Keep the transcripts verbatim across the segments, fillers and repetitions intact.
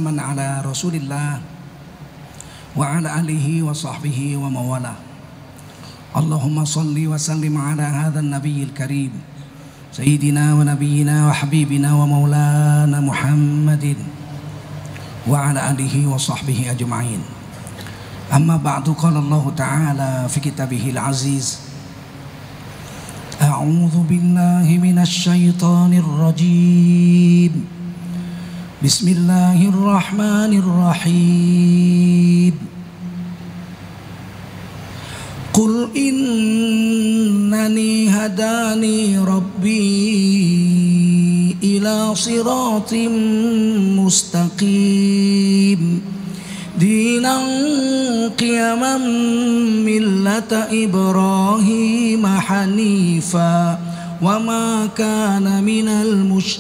salaman ala Rasulillah wa ala alihi wa sahbihi wa mawalah. Allahumma salli wa sallim ala hadha an-nabiyil karim sayyidina wa nabiyyina wa habibina wa maulana Muhammadin wa ala alihi wa sahbihi ajma'in. Amma ba'du, qala Allah ta'ala fi kitabihil aziz, a'udzu billahi minasy syaithanir rajim. Bismillahirrahmanirrahim. Qul innani hadani rabbi ila siratim mustaqim dinan qiyaman millata Ibrahim hanifa wa ma kana minal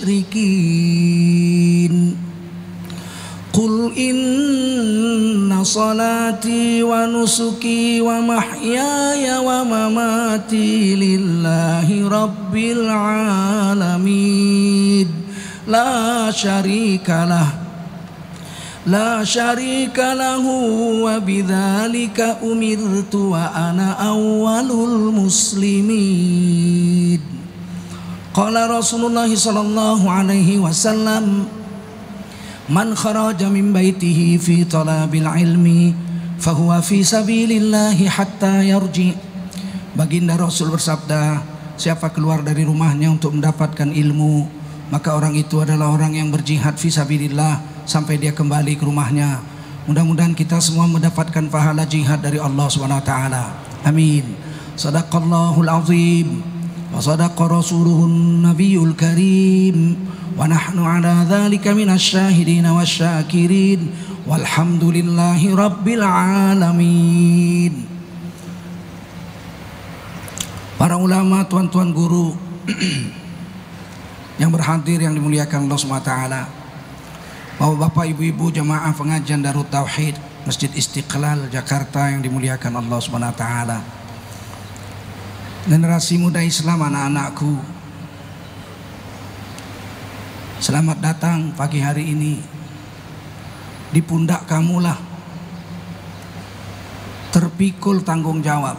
musyrikin. Qul inna salati wa nusuki wa mahyaya wa mamati lillahi rabbil alamin la syarika lah la syarika lahu wa bidzalika umirtu wa ana awwalul muslimin. Qala Rasulullah sallallahu alaihi wasallam, man kharaja min baitihi fi talabil ilmi fahuwa fi sabilillahi hatta yarji. Baginda Rasul bersabda, siapa keluar dari rumahnya untuk mendapatkan ilmu, maka orang itu adalah orang yang berjihad fi sabilillah sampai dia kembali ke rumahnya. Mudah-mudahan kita semua mendapatkan pahala jihad dari Allah subhanahu wa taala. Amin. Shadaqallahul azim wa sadaqa rasuluhun nabiyul karim wa nahnu ala dzalika minasy syahidin wasyakirin walhamdulillahi rabbil alamin. Para ulama, tuan-tuan guru yang berhadir yang dimuliakan Allah subhanahu wa taala, Bapak, ibu-ibu jamaah pengajian Darut Tauhid Masjid Istiqlal Jakarta yang dimuliakan Allah subhanahu wa taala, generasi muda Islam, anak-anakku, selamat datang pagi hari ini. Di pundak kamulah terpikul tanggung jawab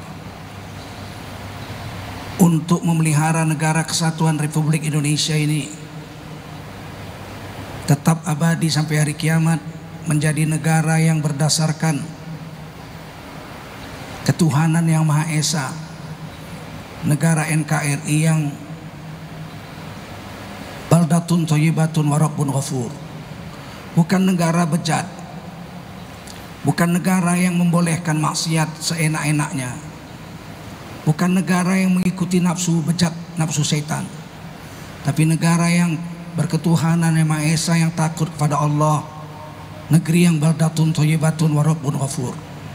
untuk memelihara negara kesatuan Republik Indonesia ini tetap abadi sampai hari kiamat, menjadi negara yang berdasarkan ketuhanan yang Maha Esa, negara N K R I yang baldatun thayyibatun wa rabbun ghafur. Bukan negara bejat, bukan negara yang membolehkan maksiat seenak-enaknya, bukan negara yang mengikuti nafsu bejat, nafsu setan, tapi negara yang berketuhanan yang Maha Esa, yang takut kepada Allah, negeri yang baldatun thayyibatun wa rabbun ghafur.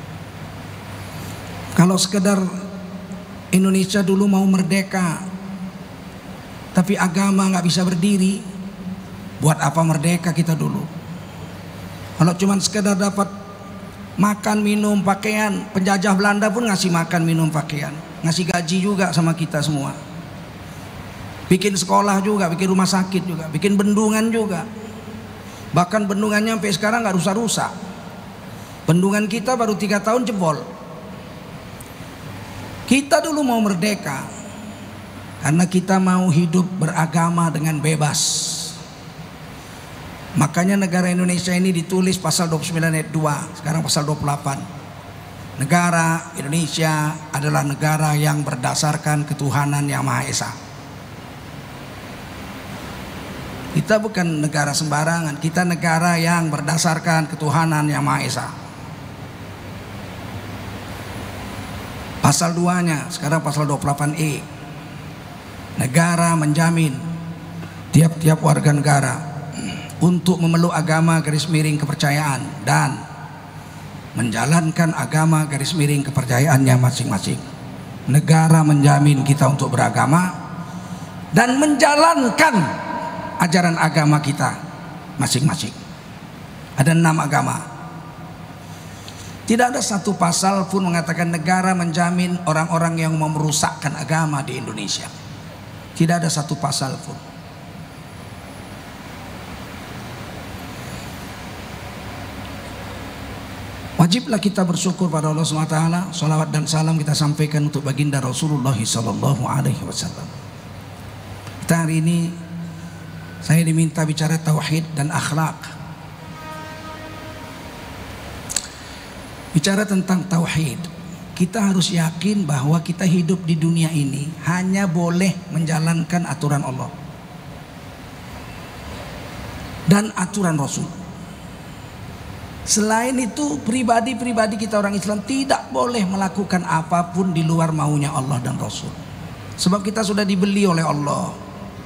Kalau sekedar Indonesia dulu mau merdeka tapi agama nggak bisa berdiri, buat apa merdeka kita dulu? Kalau cuma sekedar dapat makan, minum, pakaian, penjajah Belanda pun ngasih makan, minum, pakaian, ngasih gaji juga sama kita semua, bikin sekolah juga, bikin rumah sakit juga, bikin bendungan juga. Bahkan bendungannya sampai sekarang nggak rusak-rusak. Bendungan kita baru tiga tahun jebol. Kita dulu mau merdeka karena kita mau hidup beragama dengan bebas. Makanya negara Indonesia ini ditulis pasal dua puluh sembilan ayat dua, sekarang pasal dua puluh delapan. Negara Indonesia adalah negara yang berdasarkan ketuhanan yang Maha Esa. Kita bukan negara sembarangan, kita negara yang berdasarkan ketuhanan yang Maha Esa. Pasal dua-nya sekarang pasal dua puluh delapan E. Negara menjamin tiap-tiap warga negara untuk memeluk agama garis miring kepercayaan dan menjalankan agama garis miring kepercayaannya masing-masing. Negara menjamin kita untuk beragama dan menjalankan ajaran agama kita masing-masing. Ada enam agama. Tidak ada satu pasal pun mengatakan negara menjamin orang-orang yang mau merusakkan agama di Indonesia. Tidak ada satu pasal pun. Wajiblah kita bersyukur pada Allah subhanahu wa taala. Salawat dan salam kita sampaikan untuk baginda Rasulullah sallallahu alaihi wasallam. Kita hari ini saya diminta bicara tauhid dan akhlak. Bicara tentang tauhid, kita harus yakin bahwa kita hidup di dunia ini hanya boleh menjalankan aturan Allah dan aturan Rasul. Selain itu, pribadi-pribadi kita orang Islam tidak boleh melakukan apapun di luar maunya Allah dan Rasul. Sebab kita sudah dibeli oleh Allah.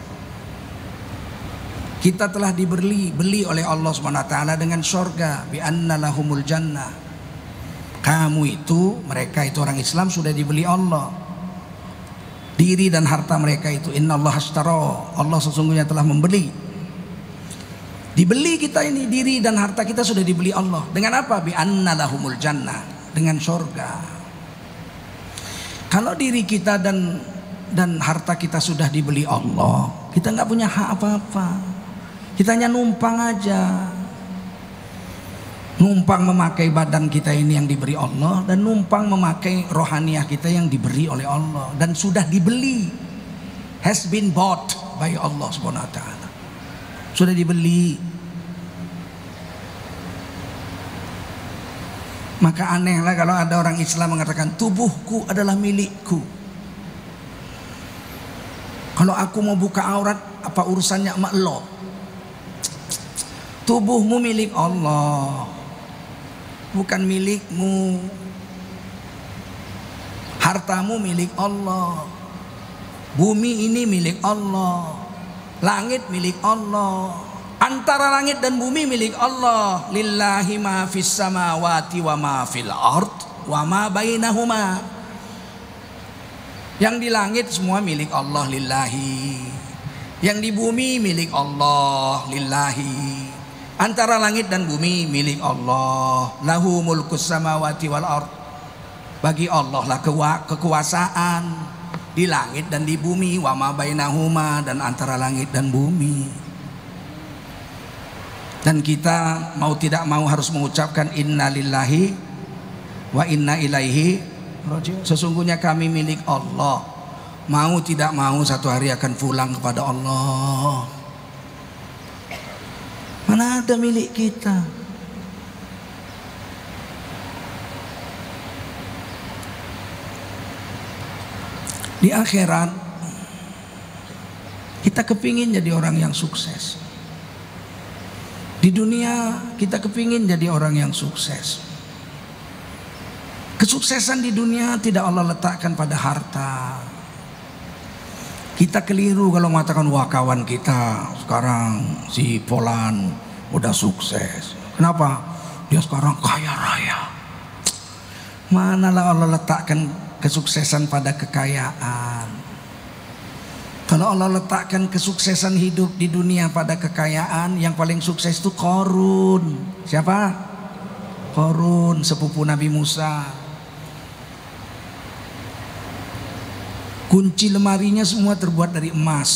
Kita telah dibeli beli oleh Allah subhanahu wa taala dengan surga, bi anna lahumul jannah. Kamu itu, mereka itu orang Islam sudah dibeli Allah. Diri dan harta mereka itu, innallaha ashtara, Allah sesungguhnya telah membeli. Dibeli kita ini, diri dan harta kita sudah dibeli Allah. Dengan apa? Bi anna lahumul jannah, dengan surga. Kalau diri kita dan dan harta kita sudah dibeli Allah, kita nggak punya hak apa-apa. Kita hanya numpang aja. Numpang memakai badan kita ini yang diberi Allah, dan numpang memakai rohaniah kita yang diberi oleh Allah, dan sudah dibeli, has been bought by Allah subhanahu wa ta'ala. Sudah dibeli. Maka anehlah kalau ada orang Islam mengatakan tubuhku adalah milikku. Kalau aku mau buka aurat, apa urusannya sama lo? Tubuhmu milik Allah, bukan milikmu. Hartamu milik Allah. Bumi ini milik Allah. Langit milik Allah. Antara langit dan bumi milik Allah. Lillahi ma fis samawati wa ma fil ard wa ma bainahuma. Yang di langit semua milik Allah, lillahi. Yang di bumi milik Allah, lillahi. Antara langit dan bumi milik Allah. Lahu mulkus samawati wal ard. Bagi Allah lah kekuasaan di langit dan di bumi, wa ma bainahuma, dan antara langit dan bumi. Dan kita mau tidak mau harus mengucapkan inna lillahi wa inna ilaihi raji'un. Sesungguhnya kami milik Allah. Mau tidak mau satu hari akan pulang kepada Allah. Mana ada milik kita? Di akhirat kita kepingin jadi orang yang sukses. Di dunia kita kepingin jadi orang yang sukses. Kesuksesan di dunia tidak Allah letakkan pada harta. Kita keliru kalau mengatakan wah kawan kita sekarang si Polan udah sukses. Kenapa? Dia sekarang kaya raya. Manalah Allah letakkan kesuksesan pada kekayaan. Kalau Allah letakkan kesuksesan hidup di dunia pada kekayaan, yang paling sukses itu Qarun. Siapa? Qarun, sepupu Nabi Musa. Kunci lemarinya semua terbuat dari emas.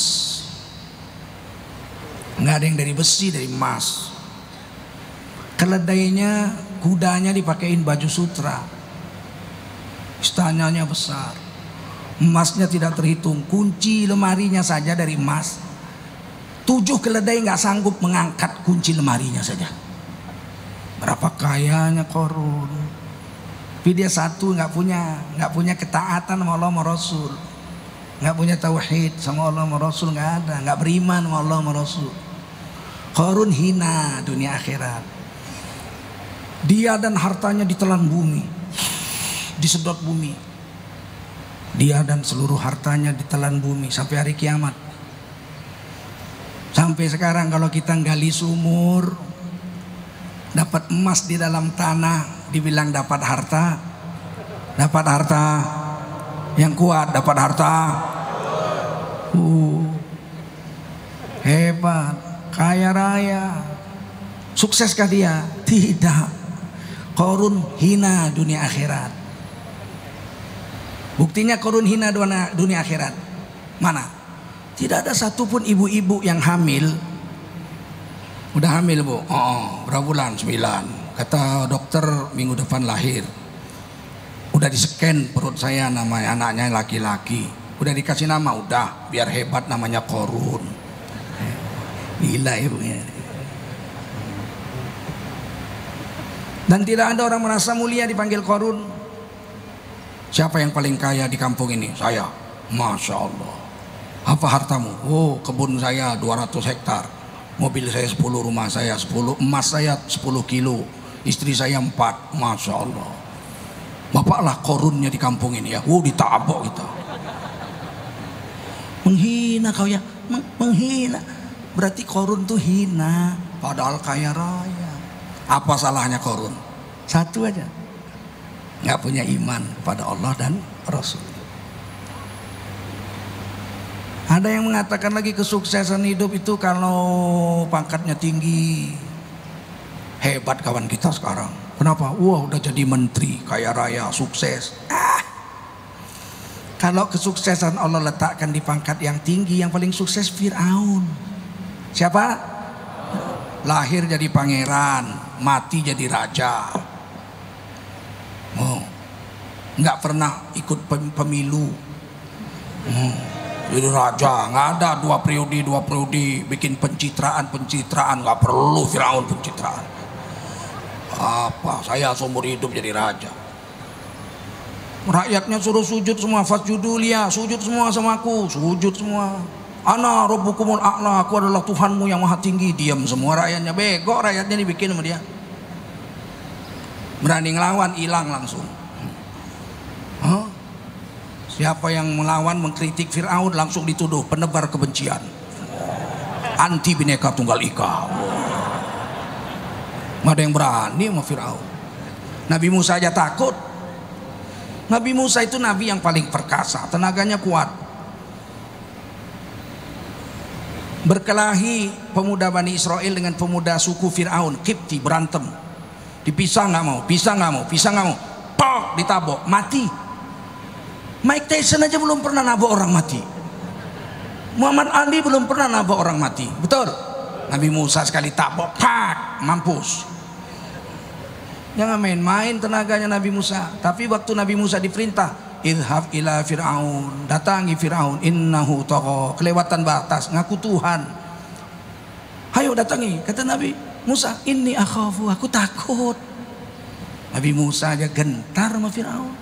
Nggak ada yang dari besi, dari emas. Keledainya, kudanya dipakein baju sutra. Istananya besar. Emasnya tidak terhitung. Kunci lemarinya saja dari emas. Tujuh keledai nggak sanggup mengangkat kunci lemarinya saja. Berapa kayanya Qarun. Tapi dia satu nggak punya, nggak punya ketaatan sama Allah sama Rasul. Nggak punya tauhid sama Allah sama Rasul, nggak ada. Nggak beriman sama Allah sama Rasul. Qarun hina dunia akhirat. Dia dan hartanya ditelan bumi, disedot bumi. Dia dan seluruh hartanya ditelan bumi sampai hari kiamat. Sampai sekarang kalau kita gali sumur, dapat emas di dalam tanah, dibilang dapat harta. Dapat harta yang kuat, dapat harta uh, hebat, kaya raya. Sukseskah dia? Tidak. Qarun hina dunia akhirat. Buktinya Qarun hina dunia akhirat. Mana? Tidak ada satupun ibu-ibu yang hamil. Udah hamil bu? Oh, berapa bulan? Sembilan. Kata dokter minggu depan lahir. Udah di-scan perut saya, namanya anaknya laki-laki. Udah dikasih nama, udah biar hebat namanya Korun. Gila ibunya. Dan tidak ada orang merasa mulia dipanggil Korun. Siapa yang paling kaya di kampung ini? Saya. Masya Allah. Apa hartamu? Oh, kebun saya dua ratus hektar, mobil saya sepuluh, rumah saya sepuluh, emas saya sepuluh kilo, istri saya empat. Masya Allah. Bapaklah Korunnya di kampung ini ya. Oh, ditabok kita. Menghina kau ya. Meng menghina. Berarti Korun tuh hina, padahal kaya raya. Apa salahnya Korun? Satu aja, nggak punya iman kepada Allah dan Rasul. Ada yang mengatakan lagi kesuksesan hidup itu kalau pangkatnya tinggi. Hebat kawan kita sekarang. Kenapa? Wah, udah jadi menteri, kaya raya, sukses. Ah. Kalau kesuksesan Allah letakkan di pangkat yang tinggi, yang paling sukses Fir'aun. Siapa? Lahir jadi pangeran, mati jadi raja. Oh, nggak pernah ikut pemilu. Oh, jadi raja, nggak ada dua periode dua periode bikin pencitraan pencitraan, nggak perlu Firaun pencitraan. Apa? Saya seumur hidup jadi raja. Rakyatnya suruh sujud semua, fasjudu liya, sujud semua sama aku, sujud semua. Ana rabbukumul a'la, aku adalah Tuhanmu yang maha tinggi. Diam semua rakyatnya, bego rakyatnya dibikin sama dia. Berani ngelawan, hilang langsung. Huh? Siapa yang melawan, mengkritik Fir'aun langsung dituduh penebar kebencian, anti Bhinneka Tunggal Ika. Nggak ada yang berani sama Fir'aun. Nabi Musa aja takut. Nabi Musa itu nabi yang paling perkasa, tenaganya kuat. Berkelahi pemuda Bani Israel dengan pemuda suku Fir'aun, Kipti, berantem. Dipisah nggak mau, pisah nggak mau, pisah nggak mau. Pok, ditabok, mati. Mike Tyson aja belum pernah nabok orang mati. Muhammad Ali belum pernah nabok orang mati. Betul? Nabi Musa sekali tabok, pak, mampus. Jangan main-main tenaganya Nabi Musa. Tapi waktu Nabi Musa diperintah, idhab ila Fir'aun, datangi Fir'aun, innahu tagha, kelewatan batas, ngaku Tuhan. Hayo datangi, kata Nabi Musa, inni akhafu, aku takut. Nabi Musa aja gentar sama Fir'aun.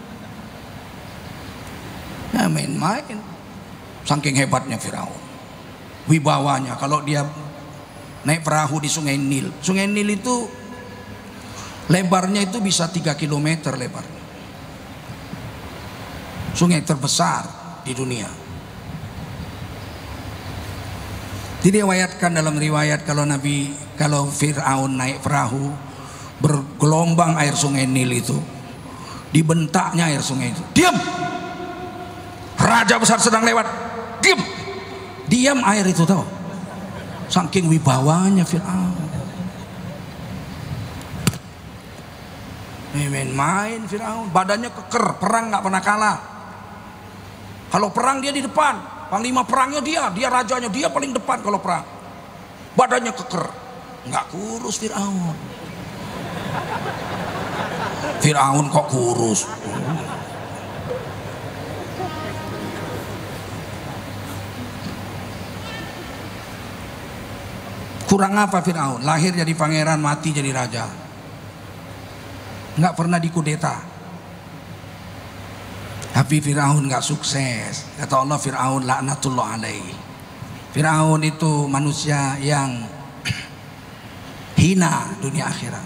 Nah, main-main. Saking hebatnya Fir'aun, wibawanya. Kalau dia naik perahu di Sungai Nil, Sungai Nil itu lebarnya itu bisa tiga kilometer lebarnya. Sungai terbesar di dunia. Diriwayatkan dalam riwayat kalau Nabi, kalau Fir'aun naik perahu, bergelombang air Sungai Nil itu, dibentaknya air sungai itu. Diam! Raja besar sedang lewat. Diam! Diam air itu tahu. Saking wibawanya Fir'aun. Main-main Fir'aun, badannya keker, perang nggak pernah kalah. Kalau perang dia di depan, panglima perangnya dia, dia rajanya, dia paling depan kalau perang. Badannya keker, nggak kurus Fir'aun. Fir'aun kok kurus? Kurang apa Fir'aun? Lahir jadi pangeran, mati jadi raja. Nggak pernah dikudeta. Tapi Fir'aun nggak sukses. Kata Allah, Fir'aun laknatullah alaih. Fir'aun itu manusia yang hina dunia akhirat.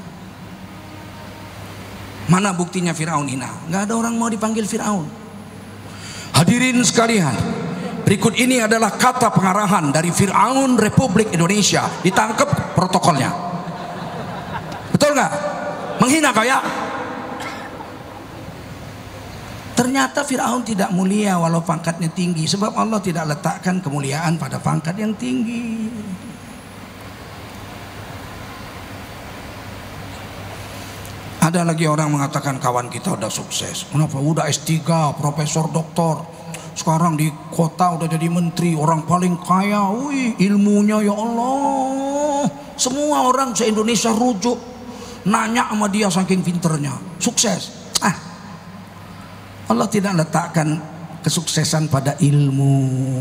Mana buktinya Fir'aun hina? Nggak ada orang mau dipanggil Fir'aun. Hadirin sekalian, berikut ini adalah kata pengarahan dari Fir'aun Republik Indonesia. Ditangkap protokolnya. Betul nggak? Menghina kau ya? Ternyata Fir'aun tidak mulia walau pangkatnya tinggi, sebab Allah tidak letakkan kemuliaan pada pangkat yang tinggi. Ada lagi orang mengatakan kawan kita udah sukses. Kenapa? Udah S tiga, profesor, doktor. Sekarang di kota udah jadi menteri, orang paling kaya. Wih, ilmunya ya Allah. Semua orang se-Indonesia rujuk. nanya sama dia saking pinternya, sukses. Ah, Allah tidak letakkan kesuksesan pada ilmu.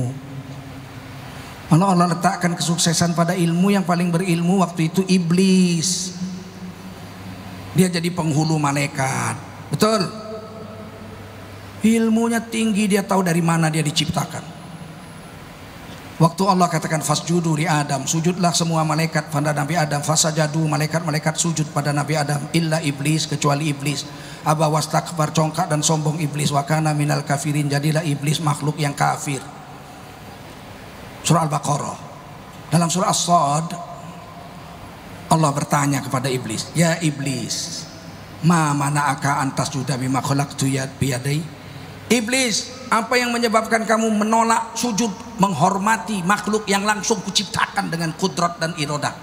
Allah Allah letakkan kesuksesan pada ilmu. Yang paling berilmu waktu itu iblis. Dia jadi penghulu malaikat. Betul? Ilmunya tinggi, dia tahu dari mana dia diciptakan. Waktu Allah katakan fasjudu li Adam, sujudlah semua malaikat pada Nabi Adam. Fasajadu, malaikat-malaikat sujud pada Nabi Adam, illa iblis, kecuali iblis. Aba wastakbar, congkak dan sombong iblis. Wa kana minal kafirin, jadilah iblis makhluk yang kafir. Surah Al-Baqarah. Dalam surah As-Sad, Allah bertanya kepada iblis, ya iblis, ma mana'aka antas juda bima khalaqtu biyadai. Iblis, apa yang menyebabkan kamu menolak sujud menghormati makhluk yang langsung kuciptakan dengan kudrat dan irodah?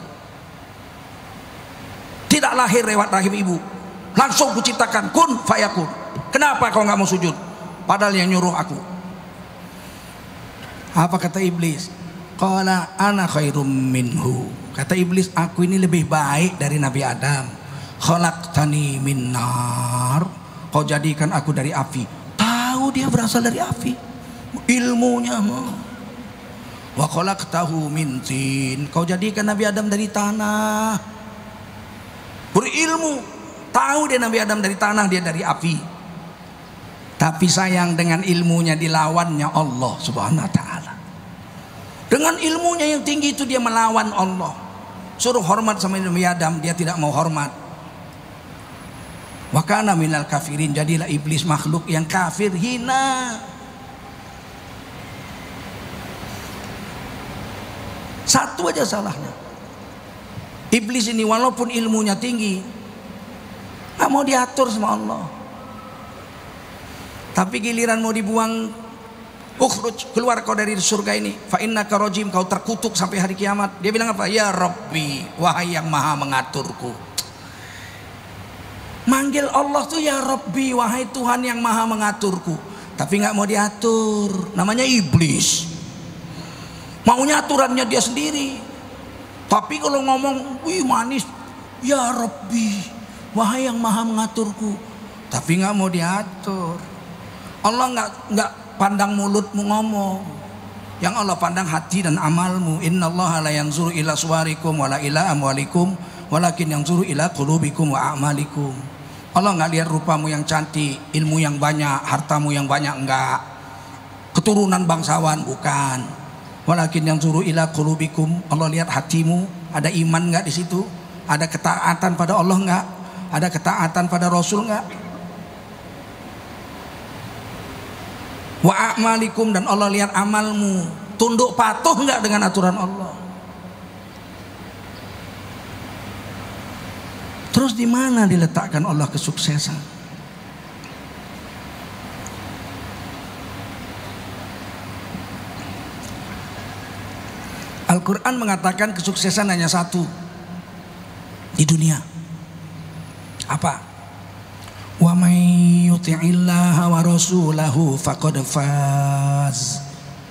Tidak lahir lewat rahim ibu, langsung kuciptakan, kun fayakun. Kenapa kau nggak mau sujud? Padahal yang nyuruh aku. Apa kata iblis? Qala ana khairum minhu. Kata iblis, aku ini lebih baik dari Nabi Adam. Khalaqtani min nar, kau jadikan aku dari api. Tahu dia berasal dari api, ilmunya mah. Wa khalaqtahu min tin, kau jadikan Nabi Adam dari tanah. Berilmu, tahu dia Nabi Adam dari tanah, dia dari api. Tapi sayang, dengan ilmunya dilawannya Allah Subhanahu wa taala. Dengan ilmunya yang tinggi itu dia melawan Allah. Suruh hormat sama Nabi Adam, dia tidak mau hormat. Wa kana minal kafirin, jadilah iblis makhluk yang kafir, hina. Satu aja salahnya. Iblis ini walaupun ilmunya tinggi, nggak mau diatur sama Allah. Tapi giliran mau dibuang, ukhruj, keluar kau dari surga ini, fa innaka rajim, kau terkutuk sampai hari kiamat. Dia bilang apa? Ya Rabbi, wahai yang maha mengaturku. Manggil Allah tuh ya Rabbi, wahai Tuhan yang maha mengaturku. Tapi nggak mau diatur, namanya iblis. Maunya aturannya dia sendiri. Tapi kalau ngomong, wih manis, ya Rabbi, wahai yang maha mengaturku. Tapi nggak mau diatur. Allah nggak nggak pandang mulutmu ngomong. Yang Allah pandang hati dan amalmu. Innallaha la yanzuru ila suwarikum wala ila amwalikum, walakin yanzuru ila qulubikum wa a'malikum. Allah nggak lihat rupamu yang cantik, ilmu yang banyak, hartamu yang banyak, enggak. Keturunan bangsawan, bukan. Walakin yanzuru ila qulubikum, Allah lihat hatimu, ada iman nggak di situ? Ada ketaatan pada Allah nggak? Ada ketaatan pada Rasul nggak? Wa a'malikum, dan Allah lihat amalmu, tunduk patuh nggak dengan aturan Allah? Terus di mana diletakkan Allah kesuksesan? Al-Quran mengatakan kesuksesan hanya satu di dunia. Apa? Wa may yuti'illaha wa rasulahu faqad faz.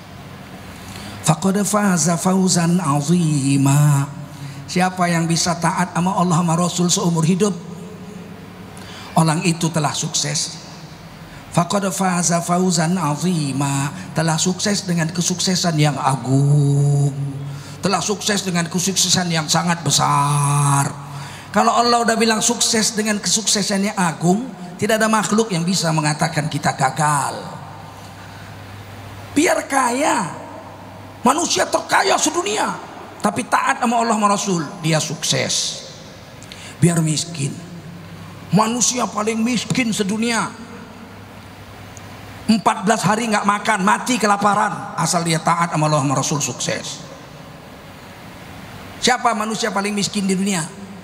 Faqad faza fawzan 'azima. Siapa yang bisa taat sama Allah sama Rasul seumur hidup, orang itu telah sukses. Faqad faza fawzan 'azima, telah sukses dengan kesuksesan yang agung, telah sukses dengan kesuksesan yang sangat besar. Kalau Allah udah bilang sukses dengan kesuksesan yang agung, tidak ada makhluk yang bisa mengatakan kita gagal. Biar kaya, manusia terkaya sedunia, tapi taat sama Allah sama Rasul, dia sukses. Biar miskin, manusia paling miskin sedunia, empat belas hari nggak makan, mati kelaparan, asal dia taat sama Allah sama Rasul, sukses. Siapa manusia paling miskin di dunia?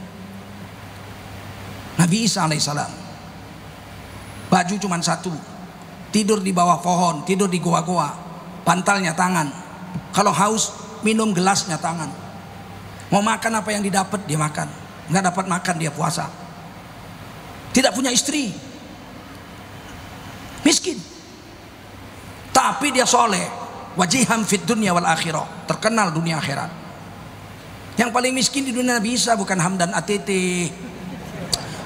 Nabi Isa alaihissalam. Baju cuma satu, tidur di bawah pohon, tidur di goa-goa, bantalnya tangan. Kalau haus, minum gelasnya tangan. Mau makan apa yang didapat dia makan, nggak dapat makan dia puasa. Tidak punya istri, miskin, tapi dia soleh. Wajiham fid dunya wal akhirah, terkenal dunia akhirat. Yang paling miskin di dunia Nabi Isa bukan Hamdan A T T,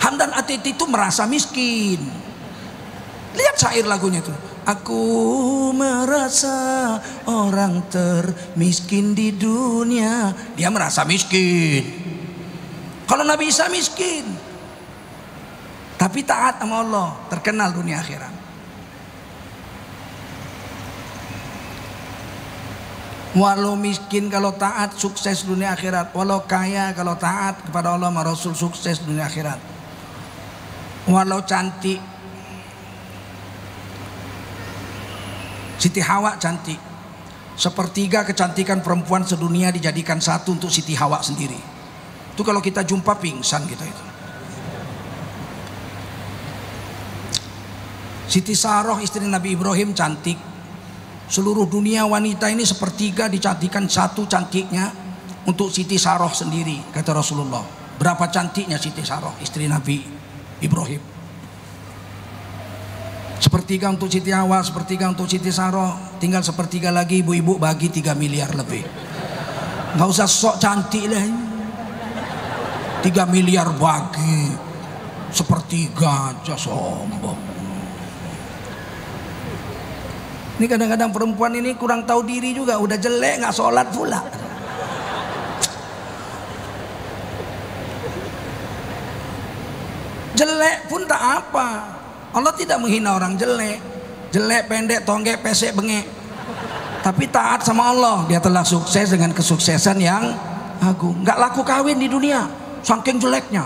Hamdan Atiti itu merasa miskin. Lihat syair lagunya itu. Aku merasa orang termiskin di dunia. Dia merasa miskin. Kalau Nabi Isa miskin, tapi taat sama Allah, terkenal dunia akhirat. Walau miskin kalau taat, sukses dunia akhirat. Walau kaya kalau taat kepada Allah sama Rasul, sukses dunia akhirat. Walau cantik, Siti Hawa cantik, sepertiga kecantikan perempuan sedunia dijadikan satu untuk Siti Hawa sendiri. Itu kalau kita jumpa pingsan kita itu. Siti Saroh istri Nabi Ibrahim cantik. Seluruh dunia wanita ini sepertiga dicantikan satu cantiknya untuk Siti Saroh sendiri, kata Rasulullah. Berapa cantiknya Siti Saroh istri Nabi Ibrahim. Sepertiga untuk Siti Hawa, sepertiga untuk Siti Saroh, tinggal sepertiga lagi ibu-ibu bagi tiga miliar lebih. Nggak usah sok cantik lah, tiga miliar bagi sepertiga aja, sombong. Ini kadang-kadang perempuan ini kurang tahu diri juga, udah jelek nggak sholat pula. Jelek pun tak apa. Allah tidak menghina orang jelek. Jelek, pendek, tonggek, pesek, bengek. Tapi taat sama Allah, dia telah sukses dengan kesuksesan yang agung. Nggak laku kawin di dunia, saking jeleknya.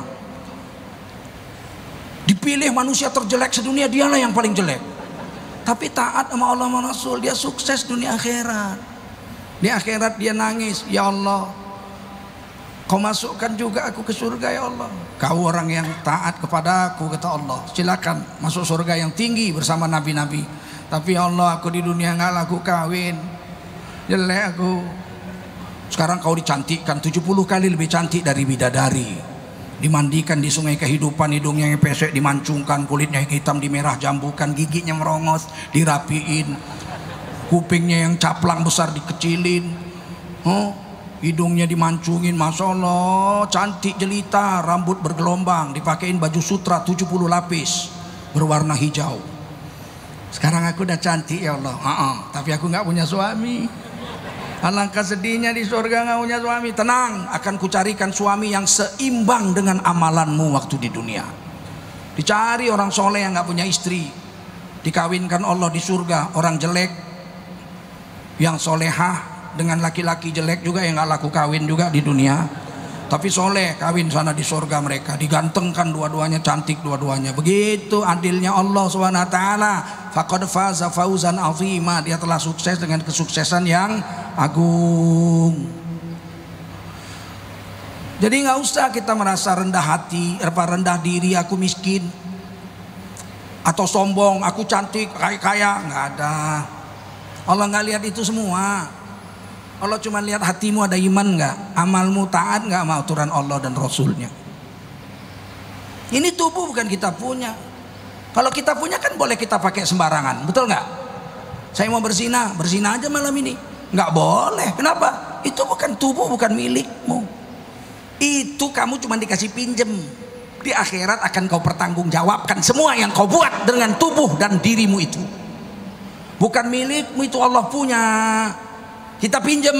Dipilih manusia terjelek sedunia, dialah yang paling jelek. Tapi taat sama Allah sama Rasul, dia sukses dunia akhirat. Di akhirat dia nangis, ya Allah, Kau masukkan juga aku ke surga ya Allah. Kau orang yang taat kepada aku, kata Allah, silakan masuk surga yang tinggi bersama nabi-nabi. Tapi ya Allah, aku di dunia nggak laku kawin, jelek aku. Sekarang kau dicantikkan tujuh puluh kali lebih cantik dari bidadari. Dimandikan di sungai kehidupan, hidungnya yang pesek dimancungkan, kulitnya yang hitam dimerah jambukan, giginya merongos dirapiin, kupingnya yang caplang besar dikecilin, oh, hidungnya dimancungin, masya Allah, cantik jelita, rambut bergelombang, dipakein baju sutra tujuh puluh lapis berwarna hijau. Sekarang aku udah cantik ya Allah, ha -ha, tapi aku nggak punya suami. Alangkah sedihnya di surga nggak punya suami. Tenang, akan kucarikan suami yang seimbang dengan amalanmu waktu di dunia. Dicari orang soleh yang nggak punya istri, dikawinkan Allah di surga orang jelek yang solehah dengan laki-laki jelek juga yang nggak laku kawin juga di dunia, tapi soleh kawin sana di surga mereka, digantengkan dua-duanya, cantik dua-duanya. Begitu adilnya Allah subhanahu wa taala. Faqad faza fauzan azima, dia telah sukses dengan kesuksesan yang agung. Jadi nggak usah kita merasa rendah hati, apa rendah diri, aku miskin atau sombong, aku cantik kaya-kaya, nggak ada. Allah nggak lihat itu semua. Allah cuma lihat hatimu ada iman nggak, amalmu taat nggak sama aturan Allah dan Rasulnya. Ini tubuh bukan kita punya. Kalau kita punya kan boleh kita pakai sembarangan, betul nggak? Saya mau berzina, berzina aja malam ini, nggak boleh. Kenapa? Itu bukan tubuh, bukan milikmu. Itu kamu cuma dikasih pinjem. Di akhirat akan kau pertanggungjawabkan semua yang kau buat dengan tubuh dan dirimu itu. Bukan milikmu, itu Allah punya. Kita pinjem.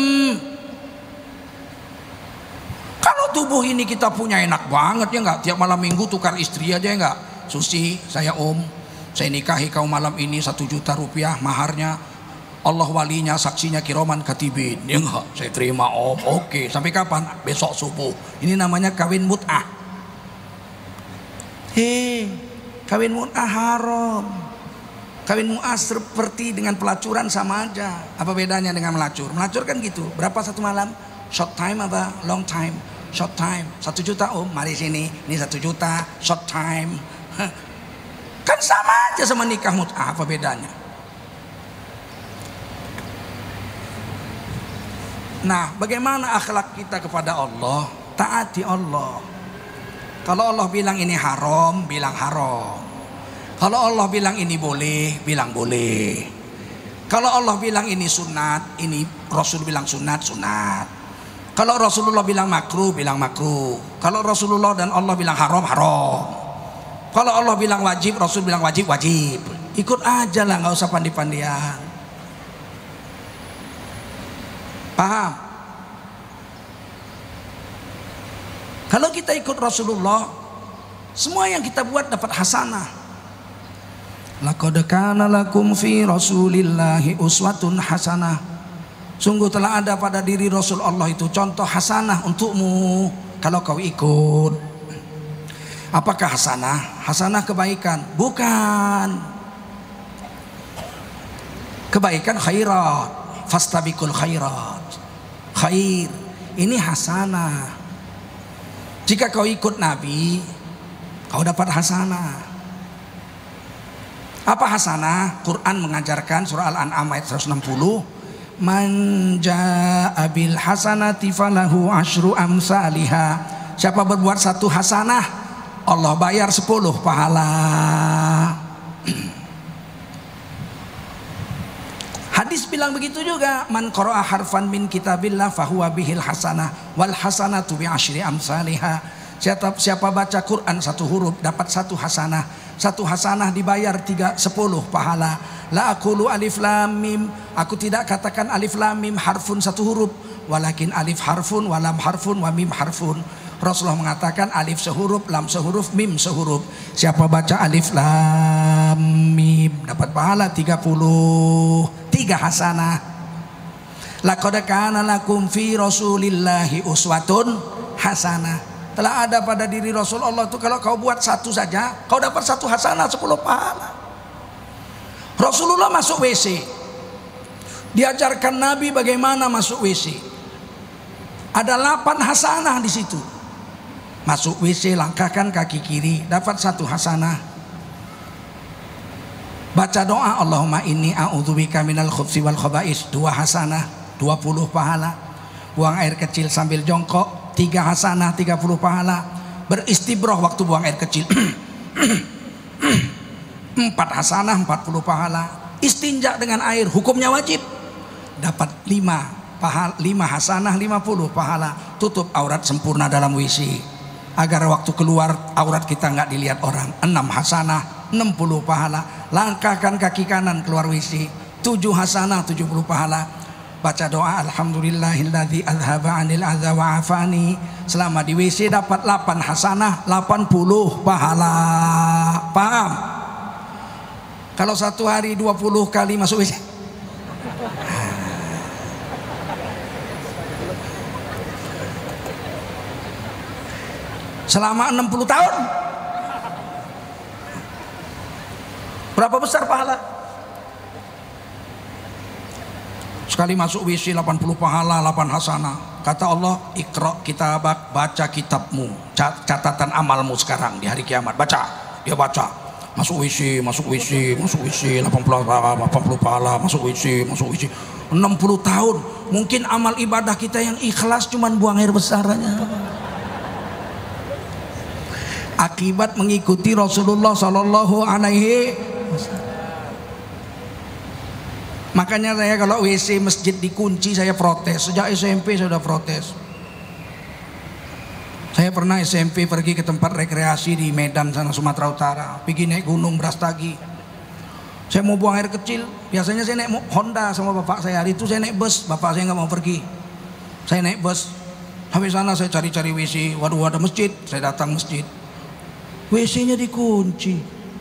Kalau tubuh ini kita punya enak banget ya nggak? Tiap malam minggu tukar istri aja ya nggak? Susi, saya om, saya nikahi kau malam ini satu juta rupiah maharnya. Allah walinya, saksinya kiroman katibin. Ya enggak, saya terima om. Oke, sampai kapan? Besok subuh. Ini namanya kawin mut'ah. Hei, kawin mut'ah haram. Kawin mut'ah seperti dengan pelacuran sama aja. Apa bedanya dengan melacur? Melacur kan gitu. Berapa satu malam? Short time apa long time? Short time. Satu juta om, mari sini. Ini satu juta. Short time. Kan sama aja sama nikah mut'ah, apa bedanya? Nah, bagaimana akhlak kita kepada Allah? Taati Allah. Kalau Allah bilang ini haram, bilang haram. Kalau Allah bilang ini boleh, bilang boleh. Kalau Allah bilang ini sunat, ini Rasul bilang sunat, sunat. Kalau Rasulullah bilang makruh, bilang makruh. Kalau Rasulullah dan Allah bilang haram, haram. Kalau Allah bilang wajib, Rasul bilang wajib, wajib. Ikut aja lah, nggak usah pandi-pandian. Paham? Kalau kita ikut Rasulullah, semua yang kita buat dapat hasanah. Laqad kana lakum fi Rasulillahi uswatun hasanah. Sungguh telah ada pada diri Rasul Allah itu contoh hasanah untukmu kalau kau ikut. Apakah hasanah? Hasanah kebaikan? Bukan. Kebaikan khairat, fastabiqul khairat. Khair, ini hasanah. Jika kau ikut Nabi, kau dapat hasanah. Apa hasanah? Quran mengajarkan surah Al-An'am ayat seratus enam puluh, man jaa'a bil hasanati falahu asyru amsalihha. Siapa berbuat satu hasanah, Allah bayar sepuluh pahala. Hadis bilang begitu juga, man qara'a harfan min kitabillah fahuwa bihil hasanah wal hasanatu bi asyri amsalihha. Siapa, siapa baca Quran satu huruf dapat satu hasanah, satu hasanah dibayar tiga sepuluh pahala. La aqulu alif lam mim, aku tidak katakan alif lam mim harfun satu huruf, walakin alif harfun wa lam harfun wa mim harfun. Rasulullah mengatakan alif sehuruf, lam sehuruf, mim sehuruf. Siapa baca alif lam mim dapat pahala tiga puluh, tiga hasanah. Laqad kana lakum fi Rasulillahi uswatun hasanah. Telah ada pada diri Rasulullah itu kalau kau buat satu saja, kau dapat satu hasanah, sepuluh pahala. Rasulullah masuk W C, diajarkan Nabi bagaimana masuk W C. Ada delapan hasanah di situ. Masuk W C, langkahkan kaki kiri, dapat satu hasanah. Baca doa Allahumma inni a'udzubika minal khubsi wal khaba'is, dua hasanah, dua puluh pahala. Buang air kecil sambil jongkok, tiga hasanah, tiga puluh pahala. Beristibroh waktu buang air kecil, empat hasanah, empat puluh pahala. Istinja dengan air, hukumnya wajib, dapat lima pahala, lima hasanah, lima puluh pahala. Tutup aurat sempurna dalam W C agar waktu keluar aurat kita nggak dilihat orang, enam hasanah, enam puluh pahala. Langkahkan kaki kanan keluar W C, tujuh hasanah, tujuh puluh pahala. Baca doa alhamdulillahilladzi adhaba anil adza wa afani. Selama di W C dapat delapan hasanah, delapan puluh pahala. Paham? Kalau satu hari dua puluh kali masuk W C, selama enam puluh tahun berapa besar pahala? Sekali masuk W C delapan puluh pahala, delapan hasanah. Kata Allah, Iqra kitabak, baca kitabmu, catatan amalmu sekarang di hari kiamat. Baca, dia baca. Masuk W C, masuk W C, masuk W C, delapan puluh pahala, delapan puluh pahala, masuk W C, masuk W C. enam puluh tahun. Mungkin amal ibadah kita yang ikhlas cuman buang air besarnya. Akibat mengikuti Rasulullah Sallallahu Alaihi Wasallam. Makanya saya kalau W C masjid dikunci saya protes. Sejak S M P saya sudah protes. Saya pernah S M P pergi ke tempat rekreasi di Medan sana Sumatera Utara, pergi naik gunung Brastagi. Saya mau buang air kecil, biasanya saya naik Honda sama bapak saya. Hari itu saya naik bus, bapak saya nggak mau pergi. Saya naik bus, sampai sana saya cari-cari W C. Waduh, ada masjid, saya datang masjid. W C-nya dikunci.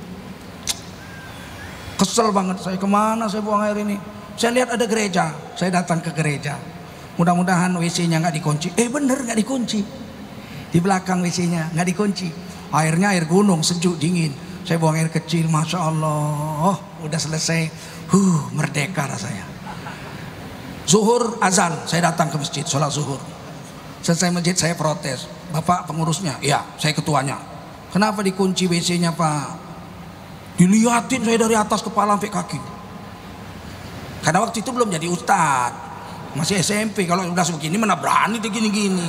Kesel banget saya, kemana saya buang air ini? Saya lihat ada gereja, saya datang ke gereja. Mudah-mudahan W C-nya nggak dikunci. Eh bener nggak dikunci. Di belakang W C-nya nggak dikunci. Airnya air gunung, sejuk, dingin. Saya buang air kecil, masya Allah, oh, udah selesai. Huh, merdeka rasanya. Zuhur azan, saya datang ke masjid, sholat zuhur. Selesai masjid saya protes. Bapak pengurusnya, iya, saya ketuanya. Kenapa dikunci W C-nya Pak? Dilihatin saya dari atas kepala sampai kaki. Karena waktu itu belum jadi ustad, masih S M P. Kalau udah begini mana berani dia gini-gini.